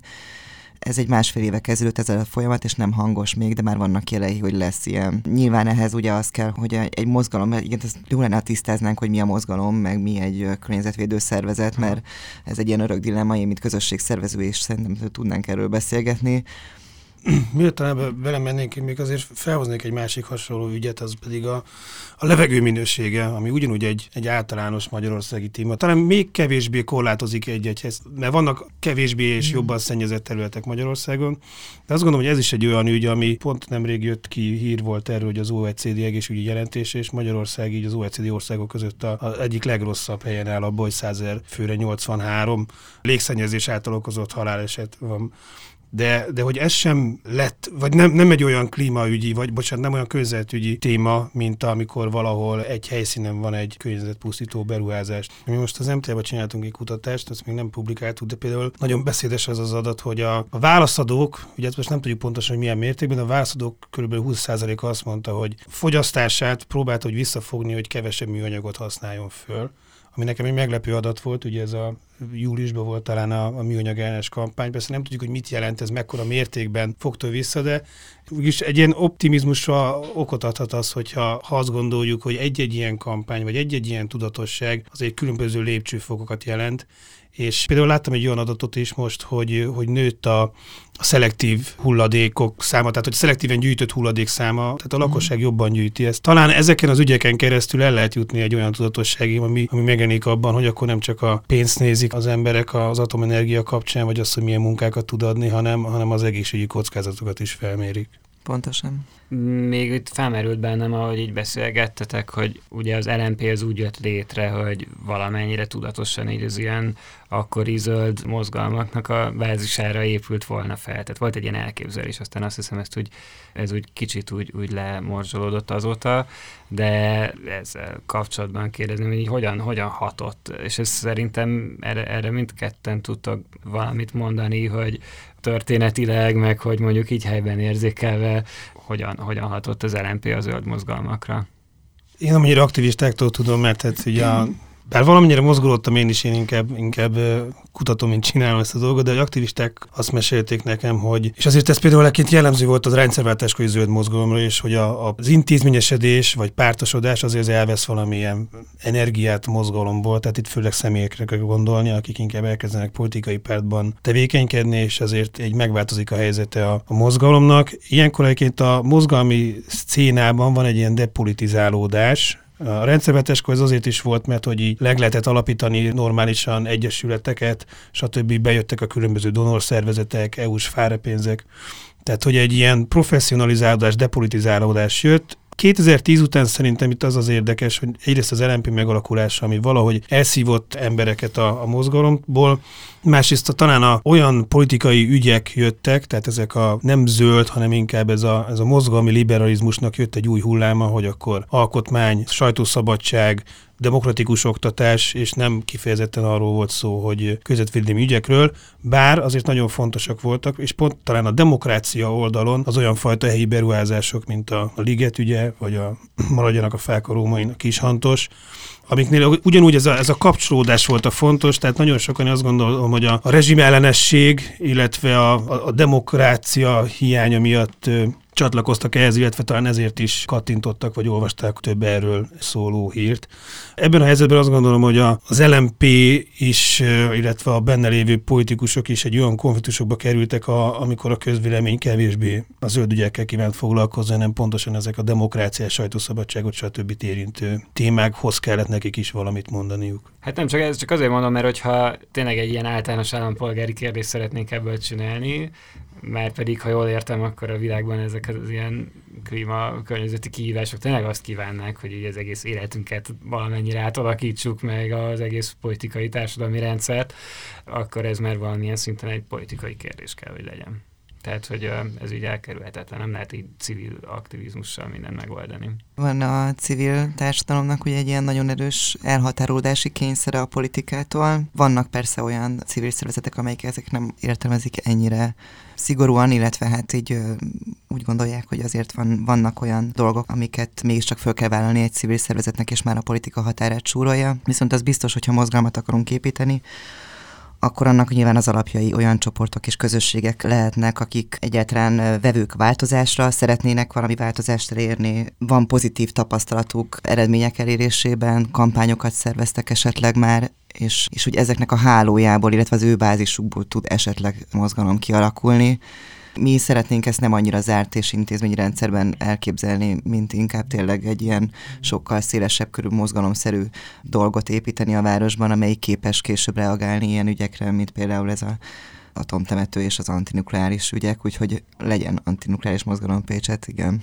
Ez egy 1,5 éve kezdődött ez a folyamat, és nem hangos még, de már vannak jelei, hogy lesz ilyen. Nyilván ehhez ugye az kell, hogy egy mozgalom, igen, ezt jó lenne, ha tisztáznánk, hogy mi a mozgalom, meg mi egy környezetvédő szervezet, mert ez egy ilyen örök dilemma, én mint közösségszervező, és szerintem tudnánk erről beszélgetni. Miért talán velem mennénk, még azért felhoznék egy másik hasonló ügyet, az pedig a levegő minősége, ami ugyanúgy egy általános magyarországi téma. Talán még kevésbé korlátozik egy-egyhez, mert vannak kevésbé és jobban szennyezett területek Magyarországon, de azt gondolom, hogy ez is egy olyan ügy, ami pont nemrég jött ki, hír volt erről, hogy az OECD egészségügyi jelentése, és Magyarország így az OECD országok között az egyik legrosszabb helyen áll abban, hogy 100 000 főre 83 légszennyezés által okozott haláleset van. de hogy ez sem lett, vagy nem egy olyan klímaügyi, vagy bocsánat, nem olyan környezetügyi téma, mint amikor valahol egy helyszínen van egy környezetpusztító beruházás. Mi most az MTA-ban csináltunk egy kutatást, azt még nem publikáltuk, de például nagyon beszédes az adat, hogy a válaszadók, ugye ezt most nem tudjuk pontosan, hogy milyen mértékben, a válaszadók kb. 20%-a azt mondta, hogy fogyasztását próbálta, hogy visszafogni, hogy kevesebb műanyagot használjon föl. Ami nekem egy meglepő adat volt, ugye ez a júliusban volt talán a műanyag ellenes kampány, persze nem tudjuk, hogy mit jelent ez, mekkora mértékben fogta vissza, de úgyis egy ilyen optimizmusra okot adhat az, hogyha azt gondoljuk, hogy egy-egy ilyen kampány, vagy egy-egy ilyen tudatosság az egy különböző lépcsőfokokat jelent, és például láttam egy olyan adatot is most, hogy nőtt a szelektív hulladékok száma, tehát hogy szelektíven gyűjtött hulladék száma, tehát a lakosság jobban gyűjti ezt. Talán ezeken az ügyeken keresztül el lehet jutni egy olyan tudatosságig, ami megjelenik abban, hogy akkor nem csak a pénzt nézik az emberek az atomenergia kapcsán, vagy azt, hogy milyen munkákat tud adni, hanem az egészségügyi kockázatokat is felmérik. Pontosan. Még itt felmerült bennem, ahogy így beszélgettetek, hogy ugye az LMP az úgy jött létre, hogy valamennyire tudatosan így az ilyen akkori zöld mozgalmaknak a bázisára épült volna fel. Tehát volt egy ilyen elképzelés, aztán azt hiszem, ez úgy kicsit úgy lemorzsolódott azóta, de ezzel kapcsolatban kérdezni, hogy hogyan hatott, és ez szerintem erre mindketten tudtak valamit mondani, hogy történetileg, meg hogy mondjuk így helyben érzékelve, hogyan hatott az LMP a zöld mozgalmakra. Én amennyire aktivistáktól tudom, mert hát ugye bár valamennyire mozgolódtam én is, én inkább kutatom, mint csinálom ezt a dolgot, de az aktivisták azt mesélték nekem, hogy, és azért ez például egyébként jellemző volt az rendszerváltáskori zöld mozgalomra is, hogy az intézményesedés vagy pártosodás azért elvesz valamilyen energiát mozgalomból, tehát itt főleg személyekre kell gondolni, akik inkább elkezdenek politikai pártban tevékenykedni, és ezért így megváltozik a helyzete a mozgalomnak. Ilyenkor egyébként a mozgalmi szcénában van egy ilyen depolitizálódás. A rendszerváltáskor ez azért is volt, mert hogy így lehetett alapítani normálisan egyesületeket, stb. Bejöttek a különböző donorszervezetek, EU-s fárapénzek. Tehát, hogy egy ilyen professzionalizálódás, depolitizálódás jött. 2010 után szerintem itt az érdekes, hogy egyrészt az LMP megalakulása, ami valahogy elszívott embereket a mozgalomból, másrészt talán olyan politikai ügyek jöttek, tehát ezek a nem zöld, hanem inkább ez a mozgalmi liberalizmusnak jött egy új hulláma, hogy akkor alkotmány, sajtószabadság, demokratikus oktatás, és nem kifejezetten arról volt szó, hogy közvetvédelmi ügyekről, bár azért nagyon fontosak voltak, és pont talán a demokrácia oldalon az olyan fajta helyi beruházások, mint a Liget ügye, vagy maradjanak a fák a római Kishantos, amiknél ugyanúgy ez a kapcsolódás volt a fontos, tehát nagyon sokan azt gondolom, hogy a rezsim ellenesség, illetve a demokrácia hiánya miatt csatlakoztak ehhez, illetve talán ezért is kattintottak, vagy olvasták több erről szóló hírt. Ebben a helyzetben azt gondolom, hogy az LMP is, illetve a benne lévő politikusok is egy olyan konfliktusokba kerültek, amikor a közvélemény kevésbé a zöld ügyekkel kívánt foglalkozni, hanem pontosan ezek a demokráciás, sajtószabadságot, stb. Érintő témákhoz kellett nekik is valamit mondaniuk. Hát nem csak azért mondom, mert hogyha tényleg egy ilyen általános állampolgári kérdést szeretnénk ebből csinálni, mert pedig, ha jól értem, akkor a világban ezek az ilyen környezeti kihívások tényleg azt kívánnák, hogy így az egész életünket valamennyire átalakítsuk, meg az egész politikai társadalmi rendszert, akkor ez már valamilyen szinten egy politikai kérdés kell, hogy legyen. Tehát, hogy ez így elkerülhetetlen, nem lehet így civil aktivizmussal mindent megoldani. Van a civil társadalomnak ugye egy ilyen nagyon erős elhatárolódási kényszere a politikától. Vannak persze olyan civil szervezetek, amelyek ezek nem értelmezik ennyire szigorúan, illetve hát így úgy gondolják, hogy azért vannak olyan dolgok, amiket mégiscsak föl kell vállalni egy civil szervezetnek, és már a politika határát súrolja. Viszont az biztos, hogyha mozgalmat akarunk építeni, akkor annak nyilván az alapjai olyan csoportok és közösségek lehetnek, akik egyáltalán vevők változásra, szeretnének valami változást elérni, van pozitív tapasztalatuk eredmények elérésében, kampányokat szerveztek esetleg már, és hogy ezeknek a hálójából, illetve az ő bázisukból tud esetleg mozgalom kialakulni. Mi szeretnénk ezt nem annyira zárt és intézményi rendszerben elképzelni, mint inkább tényleg egy ilyen sokkal szélesebb körű mozgalomszerű dolgot építeni a városban, amelyik képes később reagálni ilyen ügyekre, mint például ez az atomtemető és az antinukleáris ügyek, úgyhogy legyen antinukleáris mozgalom Pécset, igen.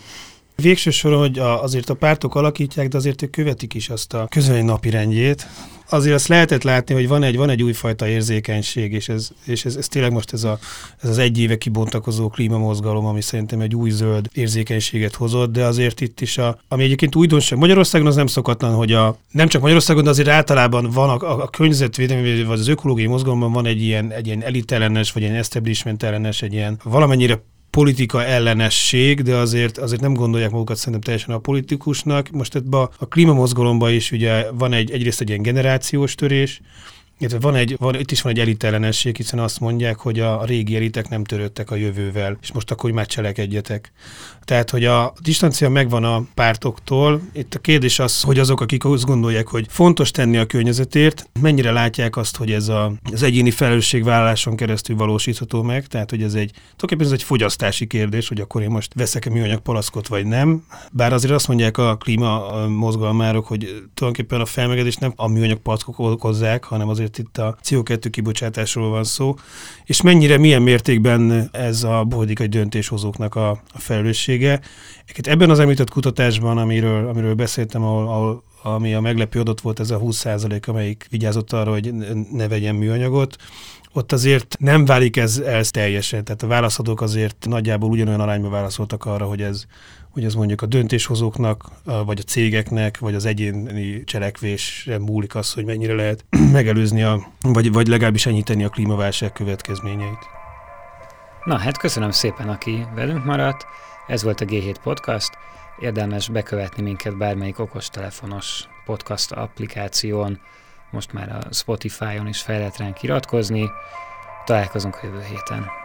Végső soron, hogy azért a pártok alakítják, de azért ők követik is azt a közöny napirendjét. Azért azt lehetett látni, hogy van egy újfajta érzékenység, és ez tényleg most ez az egy éve kibontakozó klímamozgalom, ami szerintem egy új zöld érzékenységet hozott, de azért itt is, ami egyébként újdonság Magyarországon, az nem szokatlan, hogy nem csak Magyarországon, de azért általában van a környezetvédelmi vagy az ökológiai mozgalomban van egy ilyen elitellenes, vagy egy establishment ellenes, egy ilyen valamennyire politika ellenesség, de azért nem gondolják magukat szerintem teljesen a politikusnak. Most ebben a klímamozgalomban is ugye van egyrészt egy ilyen generációs törés, illetve itt is van egy elitellenesség, hiszen azt mondják, hogy a régi elitek nem törődtek a jövővel, és most akkor már cselekedjetek. Tehát, hogy a distancia megvan a pártoktól. Itt a kérdés az, hogy azok, akik azt gondolják, hogy fontos tenni a környezetért, mennyire látják azt, hogy ez az egyéni felelősségvállaláson keresztül valósítható meg. Tehát, hogy tulajdonképpen ez egy fogyasztási kérdés, hogy akkor én most veszek-e műanyag palackot, vagy nem. Bár azért azt mondják a klímamozgalmárok, hogy tulajdonképpen a felmelegedést nem a műanyag palackok okozzák, hanem azért itt a CO2 kibocsátásról van szó, és milyen mértékben ez a politikai döntéshozóknak a felelőssége. Ebben az említett kutatásban, amiről beszéltem, ami a meglepő adat volt, ez a 20%, amelyik vigyázott arra, hogy ne vegyen műanyagot, ott azért nem válik ez teljesen. Tehát a válaszadók azért nagyjából ugyanolyan arányban válaszoltak arra, hogy ez mondjuk a döntéshozóknak, vagy a cégeknek, vagy az egyéni cselekvésre múlik az, hogy mennyire lehet megelőzni, vagy legalábbis enyhíteni a klímaválság következményeit. Na, hát köszönöm szépen, aki velünk maradt. Ez volt a G7 Podcast. Érdemes bekövetni minket bármelyik okostelefonos podcast applikáción. Most már a Spotify-on is fel lehet ránk iratkozni. Találkozunk a jövő héten.